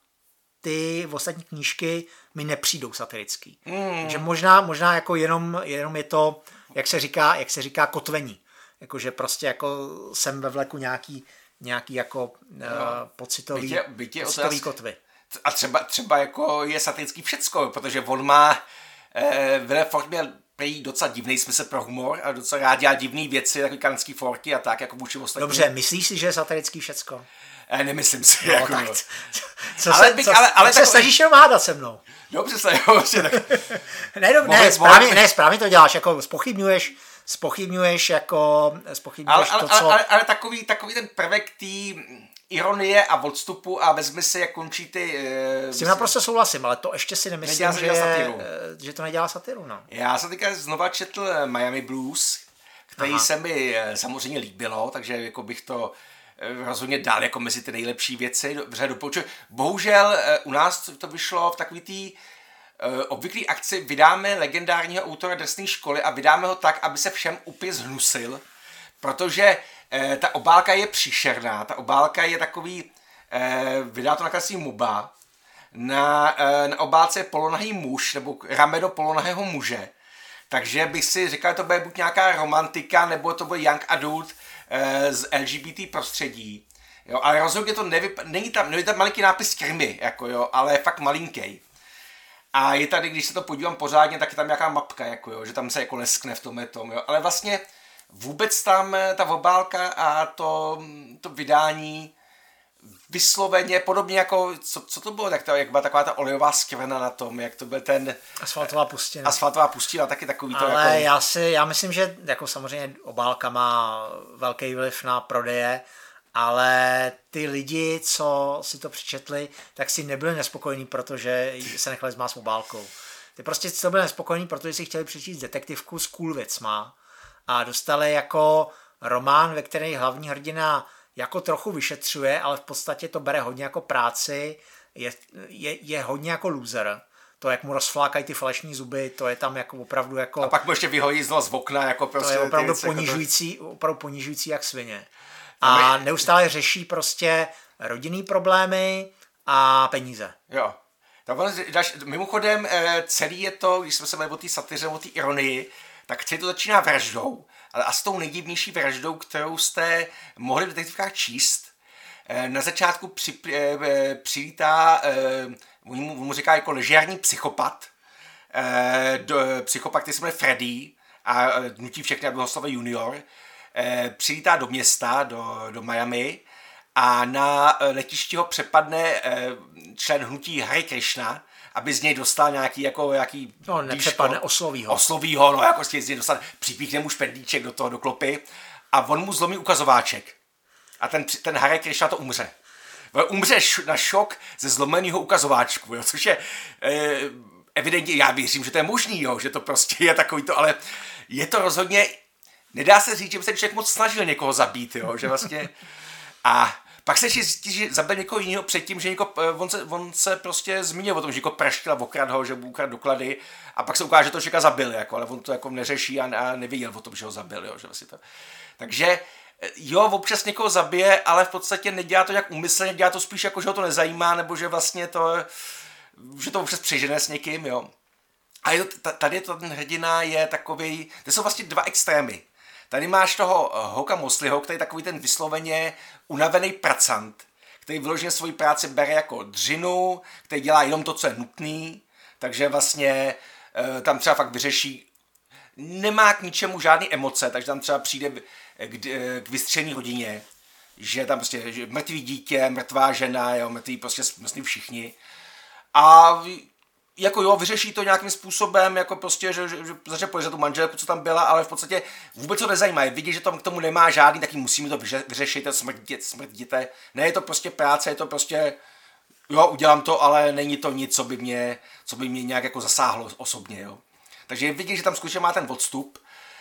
ty ostatní knížky mi nepřijdou satirický. Mm. Takže možná, možná jako jenom, jenom je to, jak se říká, jak se říká kotvení. Jakože prostě jako jsem ve vleku nějaký, nějaký jako no. uh, pocitový, bytě, bytě pocitový kotvy. A třeba, třeba jako je satirický všecko, protože on má, eh, Willeford měl prý docela divný smysl pro humor a docela rád dělá divný věci, takový kanadský forky a tak, jako vůči ostatním. Dobře, myslíš si, že je satirický všecko? Eh, nemyslím si. No, jako, tak, co ale se, bych, co, ale, ale tak se snažíš jenom hádat se mnou. Dobře se, jo, tak... ne, do, ne, správně, ne, správně to děláš, jako spochybňuješ, spochybňuješ jako, spochybňuješ ale, to, ale, co... Ale, ale, ale takový, takový ten prvek tý ironie a odstupu a vezmi si, jak končí ty... S tím naprosto souhlasím, ale to ještě si nemyslím, že, je, že to nedělá satiru. No. Já jsem teďka znova četl Miami Blues, který Aha. se mi samozřejmě líbilo, takže jako bych to rozhodně dal jako mezi ty nejlepší věci. Dobře, doporučuji. Bohužel u nás to vyšlo v takový tý obvyklý akci, vydáme legendárního autora Drsné školy a vydáme ho tak, aby se všem úplně zhnusil, protože eh, ta obálka je příšerná, ta obálka je takový, eh, vydá to nakreslí Muba, na, eh, na obálce je polonahý muž, nebo rameno polonahého muže, takže bych si říkal, že to bude buď nějaká romantika, nebo to bude young adult eh, z L G B T prostředí, jo, ale rozhodně to nevyp- není tam, není tam malinký nápis krimi, jako jo, ale je fakt malinký. A je tady, když se to podívám pořádně, tak je tam nějaká mapka, jako jo, že tam se jako leskne v tomhle tom, jo, ale vlastně vůbec tam ta obálka a to, to vydání vysloveně, podobně jako, co, co to bylo, tak to, jak byla taková ta olejová skvrna na tom, jak to byl ten... Asfaltová pustina. Asfaltová pustina, taky takový to ale jako... já si, já myslím, že jako samozřejmě obálka má velký vliv na prodeje, ale ty lidi, co si to přečetli, tak si nebyli nespokojení, protože se nechali zmást obálkou. Ty prostě si to byli nespokojení, protože si chtěli přečíst detektivku s cool věcma a dostali jako román, ve který hlavní hrdina jako trochu vyšetřuje, ale v podstatě to bere hodně jako práci, je, je, je hodně jako loser. To, jak mu rozflákají ty falešní zuby, to je tam jako opravdu jako... A pak mu ještě vyhodí znovu z okna, jako prostě... To je opravdu ponižující, jako to... opravdu ponižující jak svině. A neustále řeší prostě rodinný problémy a peníze. Jo. Mimochodem, celý je to, když jsme se bavili o té satyře, o té ironii, tak celý to začíná vraždou. Ale a s tou nejdivnější vraždou, kterou jste mohli v detektivkách číst, na začátku při, přilítá, on mu, on mu říká jako ležérní psychopat, do, psychopat, který se jmenuje Freddy, a nutí všechny, aby ho oslovil junior, eh, přilítá do města, do, do Miami a na letišti ho přepadne eh, člen hnutí Hare Krishna, aby z něj dostal nějaký, jako, jaký... No, nepřepadne, osloví ho. Osloví ho, no, jako z něj dostal, připíchne mu špendlíček do toho, do klopy a on mu zlomí ukazováček. A ten, ten Hare Krishna to umře. On umře na šok ze zlomeného ukazováčku, jo, což je eh, evidentně, já věřím, že to je možný, jo, že to prostě je takový to, ale je to rozhodně, nedá se říct, že by se člověk moc snažil někoho zabít, jo, že vlastně... A pak se zjistí, že zabil někoho jiného předtím, že někoho, on, se, on se prostě zmínil o tom, že někoho praštil a okradl ho, že mu ukradl doklady a pak se ukáže, že to člověka zabil, jako, ale on to jako neřeší a, a nevěděl o tom, že ho zabil. Jo, že vlastně to. Takže jo, občas někoho zabije, ale v podstatě nedělá to nějak úmyslně, dělá to spíš jako, že ho to nezajímá, nebo že vlastně to, že to občas přežene s někým. Jo. A jo, tady to, ten hrdina je takový, to jsou vlastně dva extrémy. Tady máš toho Hawka Mosleyho, který je takový ten vysloveně unavený pracant, který vyloženě svoji práci bere jako dřinu, který dělá jenom to, co je nutný, takže vlastně e, tam třeba fakt vyřeší, nemá k ničemu žádné emoce, takže tam třeba přijde k, k vystřelené rodině, že tam prostě že mrtvý dítě, mrtvá žena, jo, mrtvý prostě mrtvý všichni. A jako jo, vyřeší to nějakým způsobem, jako prostě, že, že, že začne podezřet tu manželku, co tam byla, ale v podstatě vůbec to nezajímá. Vidí, že tam k tomu nemá žádný, taky musíme to vyřešit, to smrt, dě, smrt díte. Ne, je to prostě práce, je to prostě, jo, udělám to, ale není to nic, co by mě, co by mě nějak jako zasáhlo osobně, jo. Takže vidí, že tam skutečně má ten odstup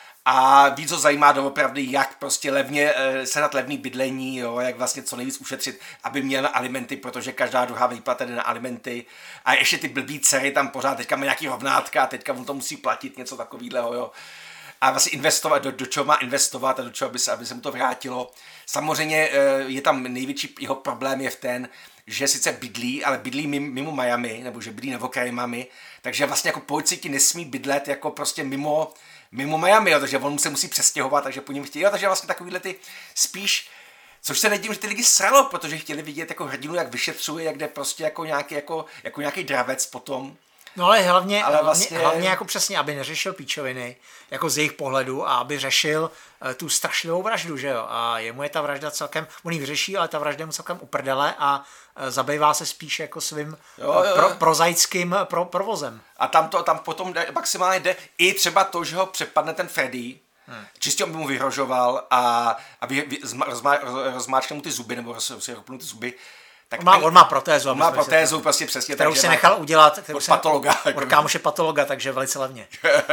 a víc ho zajímá doopravdy, jak prostě levně sehnat levný bydlení, jo, jak vlastně co nejvíc ušetřit, aby měl na alimenty, protože každá druhá výplata jde na alimenty a ještě ty blbý dcery tam pořád teďka má nějaký rovnátka a teďka on to musí platit, něco takového, jo. A vlastně investovat, do, do čeho má investovat a do čeho, aby se, aby se mu to vrátilo. Samozřejmě je tam největší jeho problém je v ten, že sice bydlí, ale bydlí mimo Miami, nebo že bydlí na okraji Miami, takže vlastně jako policajti nesmí bydlet jako prostě mimo mimo Miami, jo, takže on se musí přestěhovat, takže po něm chtějí, jo, takže vlastně takovýhle ty spíš, což se nedím, že ty lidi sralo, protože chtěli vidět jako hrdinu, jak vyšetřuje, jak jde prostě jako nějaký, jako, jako nějaký dravec potom. No ale hlavně, ale vlastně... hlavně, hlavně jako přesně, aby neřešil píčoviny, jako z jejich pohledu a aby řešil uh, tu strašlivou vraždu, že jo, a jemu je ta vražda celkem, on ji vyřeší, ale ta vražda je mu celkem uprdele a uh, zabývá se spíš jako svým jo, jo. Pro, prozaickým pro, provozem. A tam to tam potom jde, maximálně jde i třeba to, že ho přepadne ten Freddy, hmm. čistě on by mu vyhrožoval a, a vy, vy, rozmá, rozmáčkne mu ty zuby, nebo si rozpnu ty zuby. Tak on, má, on má protézu. On má protézu, se, prostě přesně. Kterou si nechal udělat. Od patologa. Od kámoše patologa, takže velice levně.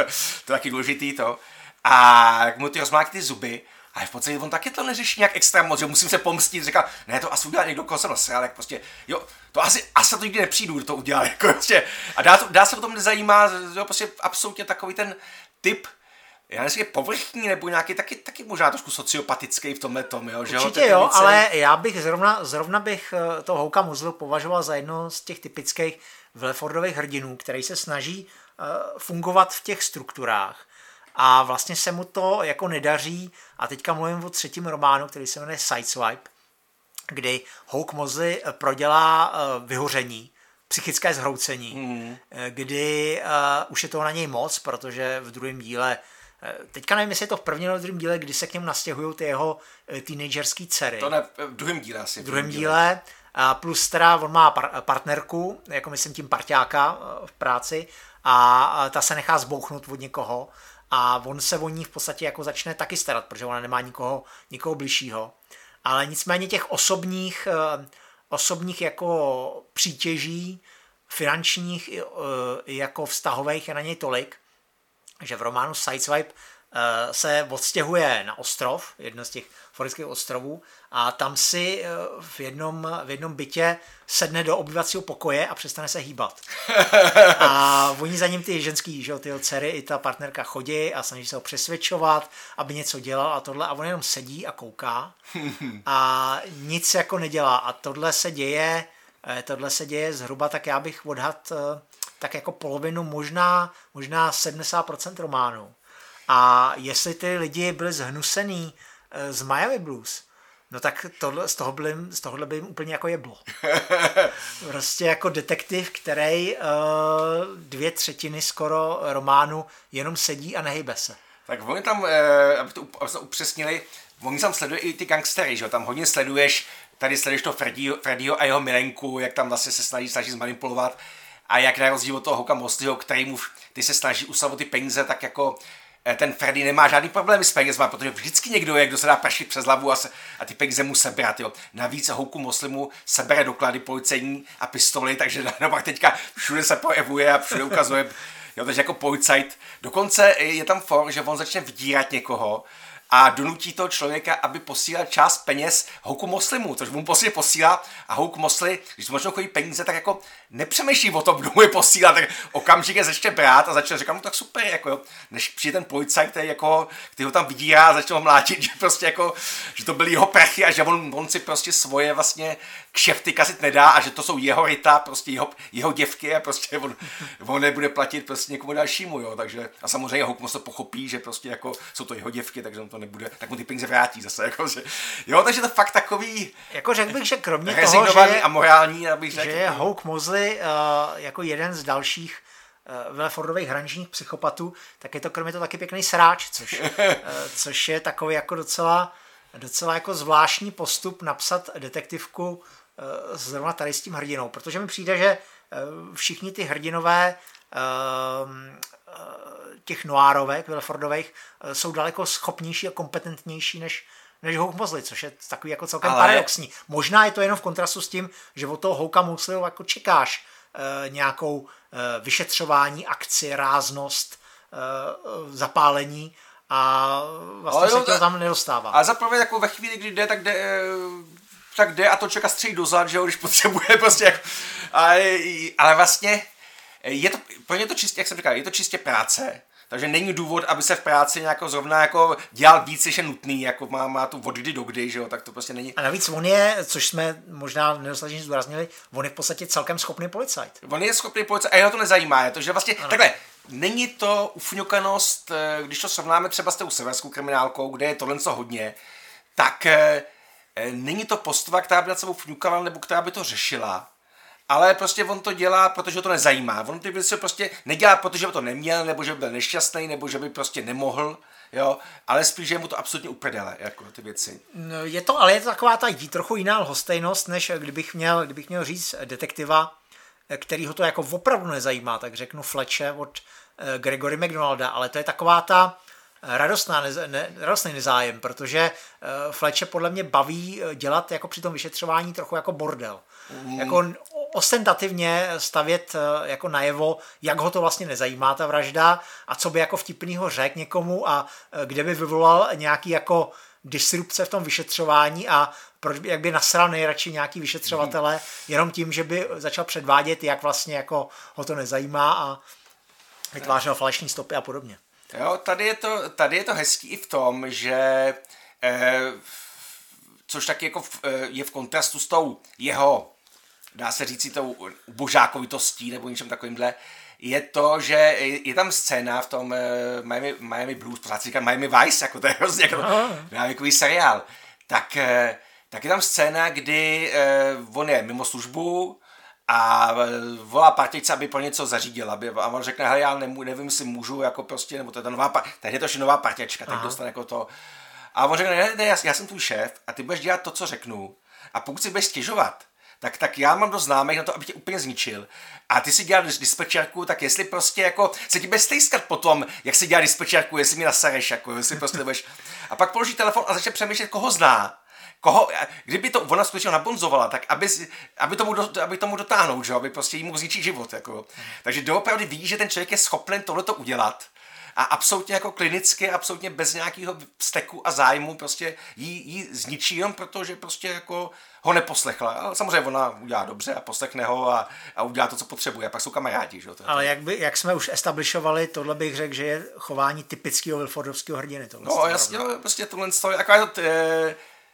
To je taky důležitý to. A jak mu ty rozmáčkne ty zuby, ale v podstatě on taky to neřeší nějak extra moc, že musím se pomstit, říkal, ne, to asi udělá někdo, koho jsem nasral, jak prostě, jo, to asi, asi to nikdy nepřijdu, kdo to udělá, jako prostě. A dá, to, dá se o tom nezajímá, jo, prostě absolutně takový ten typ, já nevím, je povrchní, nebo nějaký taky, taky možná trošku sociopatický v tomhle tom, jo, že určitě jo, více... ale já bych zrovna, zrovna bych toho Hawka Mosleyho považoval za jedno z těch typických Willefordových hrdinů, který se snaží uh, fungovat v těch strukturách. A vlastně se mu to jako nedaří. A teďka mluvím o třetím románu, který se jmenuje Sideswipe, kdy Hawk Mosley prodělá uh, vyhoření, psychické zhroucení, hmm. kdy uh, už je toho na něj moc, protože v druhém díle, uh, teďka nevím, jestli je to v prvním nebo v druhém díle, kdy se k němu nastěhují ty jeho uh, teenagerský dcery. To ne, v druhém díle asi. V druhém díle. A plus teda on má par- partnerku, jako myslím tím parťáka uh, v práci, a uh, ta se nechá zbouchnout od někoho. A on se o ní v podstatě jako začne taky starat, protože ona nemá nikoho, nikoho bližšího. Ale nicméně těch osobních, osobních jako přítěží, finančních jako vztahových je na něj tolik, že v románu Sideswipe se odstěhuje na ostrov, jedno z těch floridských ostrovů, a tam si v jednom, v jednom bytě sedne do obyvacího pokoje a přestane se hýbat. A oni za ním ty ženský, že jo, ty dcery i ta partnerka chodí a snaží se ho přesvědčovat, aby něco dělal a tohle, a on jenom sedí a kouká a nic jako nedělá. A tohle se děje, tohle se děje zhruba, tak já bych odhad tak jako polovinu, možná, možná sedmdesát procent románu. A jestli ty lidi byli zhnusený z Miami Blues, no tak tohle, z, toho by, z tohohle by jim úplně jako jeblo. Prostě jako detektiv, který uh, dvě třetiny skoro románu jenom sedí a nehybe se. Tak oni tam, aby to upřesnili, oni tam sledují i ty gangstery, že jo, tam hodně sleduješ, tady sleduješ to Freddyho, Freddyho a jeho milenku, jak tam vlastně se snaží, snaží zmanipulovat a jak na rozdíl od toho Hawka Mosleyho, který mu, ty se snaží ustavit ty peníze, tak jako ten Freddy nemá žádný problém s penězma, protože vždycky někdo je, kdo se dá prašit přes hlavu a, se, a ty peníze mu sebrat, jo. Navíc Hawku Mosleymu sebere doklady policejní a pistoli, takže naopak teďka všude se projevuje a všude ukazuje, jo, takže jako policajt. Dokonce je tam for, že on začne vydírat někoho a donutí toho člověka, aby posílal část peněz Hawku Mosleymu, což mu prostě posílá a Hawk Mosley, když možná chodí peníze, tak jako nepřemýšlí o tom, kdo mu je posílá, tak okamžitě začne brát a začne říkat, no tak super, jako jo, než přijde ten policajt, který, jako, který ho tam vydírá a začne ho mlátit, že prostě jako, že to byly jeho prachy a že on, on si prostě svoje vlastně kšefty kazit nedá a že to jsou jeho ryta, prostě jeho, jeho děvky a prostě on, on nebude platit prostě někomu dalšímu, jo, takže a samozřejmě Hawk Mosley pochopí, že prostě jako jsou to jeho děvky, takže on to nebude, tak mu ty peníze vrátí zase, jako, že, jo, takže to fakt takový jako řekl bych, že kromě toho, že, a morální, abych řekl, že je Hawk Mosley uh, jako jeden z dalších uh, Willefordových hraničních psychopatů, tak je to kromě toho taky pěkný sráč, což, uh, což je takový jako docela, docela jako zvláštní postup napsat detektivku uh, zrovna tady s tím hrdinou, protože mi přijde, že uh, všichni ty hrdinové uh, těch noárovek, Willefordových, uh, jsou daleko schopnější a kompetentnější než než Hawk Mosley, což je takový jako celkem ale paradoxní. Možná je to jenom v kontrastu s tím, že od toho Hawka Mosleyho jako čekáš e, nějakou e, vyšetřování, akci, ráznost, e, zapálení a vlastně ale se to tam nedostává. A zaprvé jako ve chvíli, kdy jde, tak jde, tak jde a to čeká střelí dozad, že jo, když potřebuje prostě jako, ale, ale vlastně je to, pro ně to čistě, jak jsem říkal, je to čistě práce. Takže není důvod, aby se v práci nějak zrovna jako dělal víc, než je nutný, jako má, má tu od kdy do kdy, že jo, tak to prostě není. A navíc on je, což jsme možná nedostatečně zdůraznili, on je v podstatě celkem schopný policajt. On je schopný policajt a jeho to nezajímá, je to, že vlastně, ano. Takhle, není to ufňukanost, když to srovnáme třeba s tou severskou kriminálkou, kde je tohle co hodně, tak e, není to postava, která by nad sebou fňukala, nebo která by to řešila. Ale prostě on to dělá, protože ho to nezajímá. On ty věci prostě nedělá, protože by to neměl, nebo že by byl nešťastný, nebo že by prostě nemohl, jo, ale spíš, že je mu to absolutně uprdele, jako ty věci. No, je to, ale je to taková ta trochu jiná lhostejnost, než kdybych měl, kdybych měl říct detektiva, kterýho to jako opravdu nezajímá, tak řeknu Fletche od Gregory McDonalda, ale to je taková ta radostná, ne, ne, radostný nezájem, protože uh, Fletche podle mě baví dělat jako při tom vyšetřování trochu jako bordel. Mm. Jako ostentativně stavět uh, jako najevo, jak ho to vlastně nezajímá ta vražda a co by jako vtipnýho řekl někomu a uh, kde by vyvolal nějaký jako disrupce v tom vyšetřování a proč by, jak by nasral nejradši nějaký vyšetřovatele mm. jenom tím, že by začal předvádět, jak vlastně jako ho to nezajímá a vytvářel falešní stopy a podobně. Jo, tady je to, tady je to hezký i v tom, že eh, což taky jako v, eh, je v kontrastu s tou jeho, dá se říct, tou božákovitostí nebo něčem takovýmhle, je to, že je, je tam scéna v tom eh, Miami, Miami Blues, pořád si říkám Miami Vice, jako to je hrozně jako návykový seriál, tak, eh, tak je tam scéna, kdy eh, on je mimo službu, a volá partičce, aby pro něco zařídila. Aby, a on řekne, hele, já nemů, nevím, jestli můžu, jako prostě, nebo to je ta nová, tady je to ještě nová partička, tak dostane jako to. A on řekne, ne, ne, já, já jsem tvůj šéf a ty budeš dělat to, co řeknu. A pokud si budeš stěžovat, tak, tak já mám dost známých na to, aby tě úplně zničil. A ty si dělal dispečerku, tak jestli prostě jako se ti bude stejskat potom, jak si dělá dispečerku, jestli mi nasereš, jako jestli prostě budeš. A pak položí telefon a začne přemýšlet, koho zná. Koho, kdyby to ona skutečně nabonzovala, tak aby, aby, tomu, do, aby tomu dotáhnout, že? Aby prostě jí mohl zničit život. Jako. Mm. Takže doopravdy ví, že ten člověk je schopen tohleto udělat a absolutně jako klinicky, absolutně bez nějakého vzteku a zájmu prostě jí, jí zničí jenom proto, že prostě jako ho neposlechla. Ale samozřejmě ona udělá dobře a poslechne ho a, a udělá to, co potřebuje. A pak jsou kamarádi. Že? Ale jak, by, jak jsme už establishovali, tohle bych řekl, že je chování typického Willefordovského hrdiny. No jasně, no, prostě tohle stojí. Jako to, je,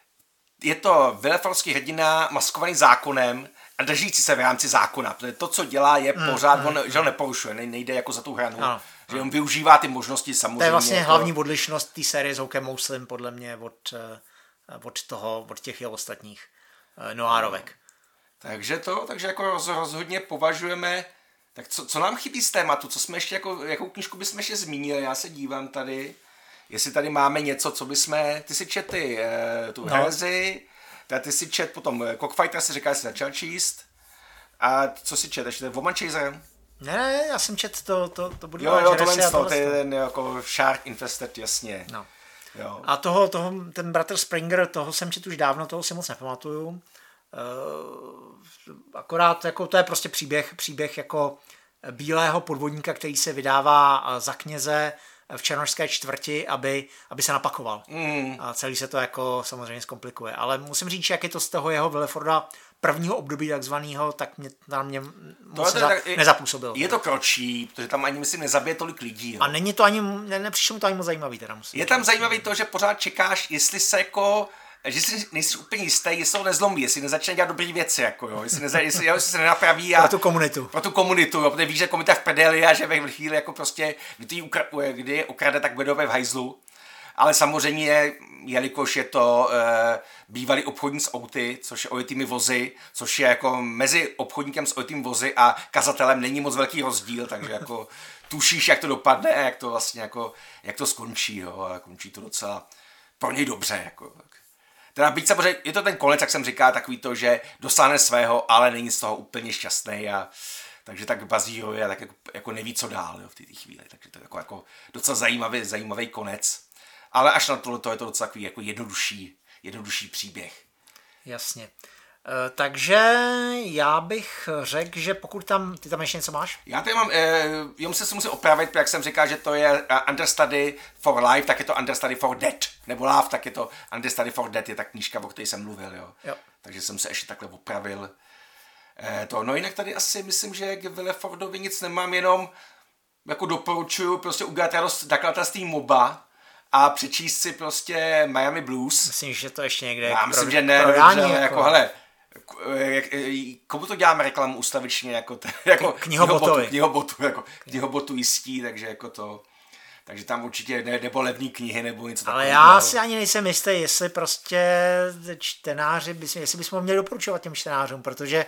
je to Willefordský hrdina maskovaný zákonem a držící se v rámci zákona. Protože to, co dělá, je pořád, mm, on, mm, že ho neporušuje, nejde jako za tu hranu. Ano, že on využívá ty možnosti samozřejmě. To je vlastně jako hlavní odlišnost té série s Hawkem Moslem podle mě od, od toho, od těch jeho ostatních noárovek. Takže to, takže jako rozhodně považujeme, tak co, co nám chybí z tématu, co jsme ještě jako, jakou knížku bychom ještě zmínili, já se dívám tady, jestli tady máme něco, co bychom, ty si čet ty, tu no. herezi, ty si čet potom Cockfighter, si říká, že jsi začal číst. A co si čet, ještě Woman Chaser? Ne, ne, já jsem čet to, to, to budu Jo, jo, tohle to, to je ten jako Shark Infested, jasně. No. Jo. A toho, toho, ten bratr Springer, toho jsem čet už dávno, toho si moc nepamatuju. Uh, akorát jako to je prostě příběh, příběh jako bílého podvodníka, který se vydává za kněze v černošské čtvrti, aby, aby se napakoval. Mm. A celý se to jako samozřejmě zkomplikuje. Ale musím říct, jak je to z toho jeho Willeforda prvního období takzvaného, tak mě, na mě moc neza, tak, nezapůsobilo. Je to kročí, protože tam ani, myslím, nezabije tolik lidí. Jo. A není to ani, ne, nepřišlo mu to ani moc zajímavý. Teda musím je tam zajímavý to, že pořád čekáš, jestli se jako, že si nejsi úplně jistý, jestli to nezlomí, jestli nezačne dělat dobrý věci, jako jo, jestli, neza, jestli, jo, jestli se nenapraví. A, pro tu komunitu. Pro tu komunitu, jo, protože víš, že komunita v prdeli a že ve chvíli jako prostě, kdy, ukra, kdy je ukrade, tak bude v hajzlu. Ale samozřejmě, jelikož je to e, bývalý obchodník s auty, což je ojetými vozy, což je jako mezi obchodníkem s ojetými vozy a kazatelem není moc velký rozdíl, takže jako tušíš, jak to dopadne a jak to vlastně jako, jak to skončí, jo, a končí to docela pro něj dobře, jako. Teda byť samozřejmě, je to ten konec, jak jsem říkal, takový to, že dosáhne svého, ale není z toho úplně šťastný a takže tak bazíruje a tak jako, jako neví, co dál, jo, v té chvíli, takže to je jako, jako docela zajímavý, zajímavý konec. Ale až na tohle to je to docela takový jako jednodušší, jednodušší příběh. Jasně. E, takže já bych řekl, že pokud tam, ty tam ještě něco máš? Já tady mám, e, jenom se musím opravit, jak jsem říkal, že to je Understudy for Life, tak je to Understudy for Death, nebo Love, tak je to Understudy for Death, je ta knížka, o které jsem mluvil, jo. jo. Takže jsem se ještě takhle opravil. E, to, no jinak tady asi myslím, že k Willefordovi nic nemám, jenom jako doporučuju prostě udělat radost nakladatelství MOBA, a přečíst si prostě Miami Blues. Myslím, že to ještě někde já myslím, pro, že ne, prodání, dobře, jako, jako hele, komu to děláme reklamu ustavičně, jako, t, jako knihobotu, knihobotu, jako knihobotu jistí, takže jako to, takže tam určitě ne, nebo levný knihy, nebo něco takového. Ale já si ani nejsem jistý, jestli prostě čtenáři, jestli bychom měli doporučovat těm čtenářům, protože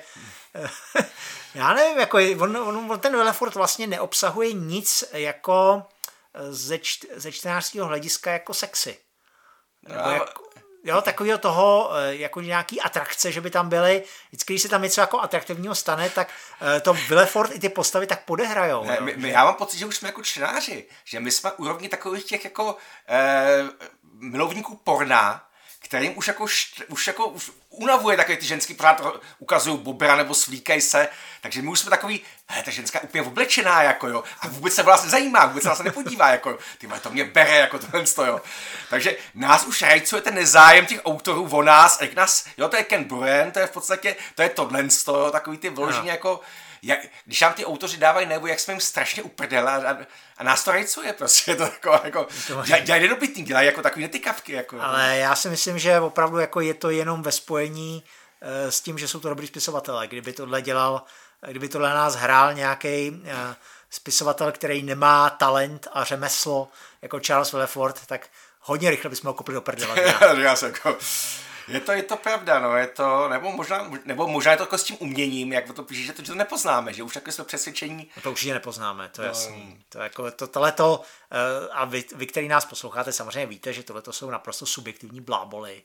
já nevím, jako on, on, ten Willeford vlastně neobsahuje nic jako ze, čt, ze čtenářského hlediska jako sexy. Nebo jako, jo, takového toho, jako nějaký atrakce, že by tam byly, vždycky, když se tam něco jako atraktivního stane, tak to Willeford i ty postavy tak podehrajou. Ne, my, my, já mám pocit, že už jsme jako čtenáři, že my jsme úrovni takových těch jako eh, milovníků porna, kterým už jako, už jako už unavuje takové ty ženský, pořád ukazují bobra nebo svlíkají se, takže my už jsme takový, hele, ta ženská je úplně oblečená, jako jo, a vůbec se vás nezajímá, vůbec se nás nepodívá, jako ty to mě bere, jako tohle jo. Takže nás už rajcuje ten nezájem těch autorů o nás, jak nás, jo, to je Ken Buren, to je v podstatě, to je tohle, jo, takový ty vyloženě jako, jak, když nám ty autoři dávají nebo jak jsme jim strašně uprdele a, a nás to rajcuje, prostě to jako, jako dělají nedobytný, dělají jako takový netykavky. Jako, ale já si myslím, že opravdu jako je to jenom ve spojení uh, s tím, že jsou to dobrý spisovatelé. Kdyby tohle dělal, kdyby tohle nás hrál nějaký uh, spisovatel, který nemá talent a řemeslo jako Charles Willeford, tak hodně rychle bychom ho kopli do prdele. Já jsem jako... Je to, je to pravda, no, je to, nebo možná, nebo možná je to jako s tím uměním, jak to píše, že to, že to nepoznáme, že už takové jsme přesvědčení. No to určitě nepoznáme, to je no. jasný. To jako to, tohleto, a vy, vy, který nás posloucháte, samozřejmě víte, že tohleto jsou naprosto subjektivní bláboly.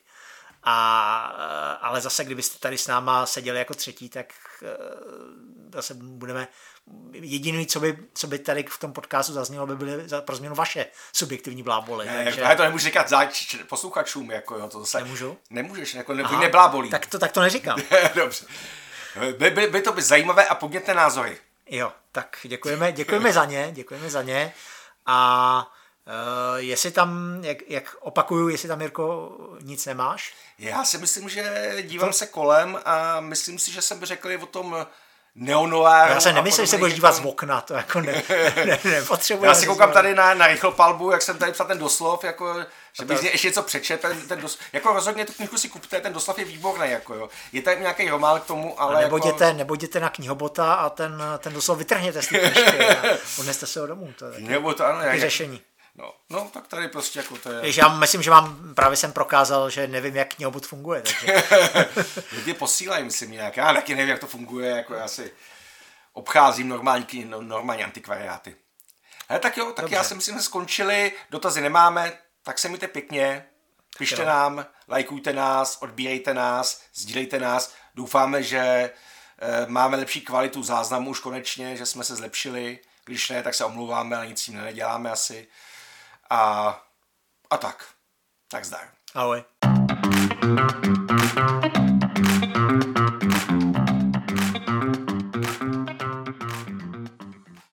A, ale zase, kdybyste tady s náma seděli jako třetí, tak zase budeme, jediný, co by, co by tady v tom podcastu zaznělo, by byly pro změnu vaše subjektivní bláboly. Ne, takže... Ale to nemůžu říkat záč, posluchačům, jako jo, to zase... Nemůžu? Nemůžeš, jako ne, neblábolí. Tak to, tak to neříkám. Dobře. By, by, by to by zajímavé a podnětné názory. Jo, tak děkujeme, děkujeme za ně, děkujeme za ně a Uh, jestli tam, jak, jak opakuju, jestli tam, Jirko, nic nemáš? Já si myslím, že dívám to... se kolem a myslím si, že jsem řekl o tom neonoáru. Já se nemyslím, že se budeš dívat z okna, to jako ne, ne, nepotřebuji. Já si koukám tady na, na rychlopalbu, jak jsem tady psal ten doslov, jako, že bych to... ještě něco přečet, ten, ten doslov, jako rozhodně tu knihu si kupte, ten doslov je výborný, jako jo. Je tady nějaký román k tomu, ale a nebo jako... jděte, nebo jděte na knihobota a ten, ten doslov vytrhněte z té knižky a odneste se ho domů, to je taky, nebo to, ano, taky řešení. No, no, tak tady prostě jako to je... Víš, já myslím, že vám právě jsem prokázal, že nevím, jak knihobot funguje, takže... Lidi posílají, myslím, nějak. Já taky nevím, jak to funguje, jako já si obcházím normální, normální antikvariáty. Hele, tak jo, tak Dobře. Já si myslím, že skončili, dotazy nemáme, tak se mějte pěkně, pište nám, lajkujte nás, odbírejte nás, sdílejte nás. Doufáme, že e, máme lepší kvalitu záznamu už konečně, že jsme se zlepšili. Když ne, tak se omlouváme, ale nic s tím neděláme asi. A, a tak. Tak zdar. Ahoj.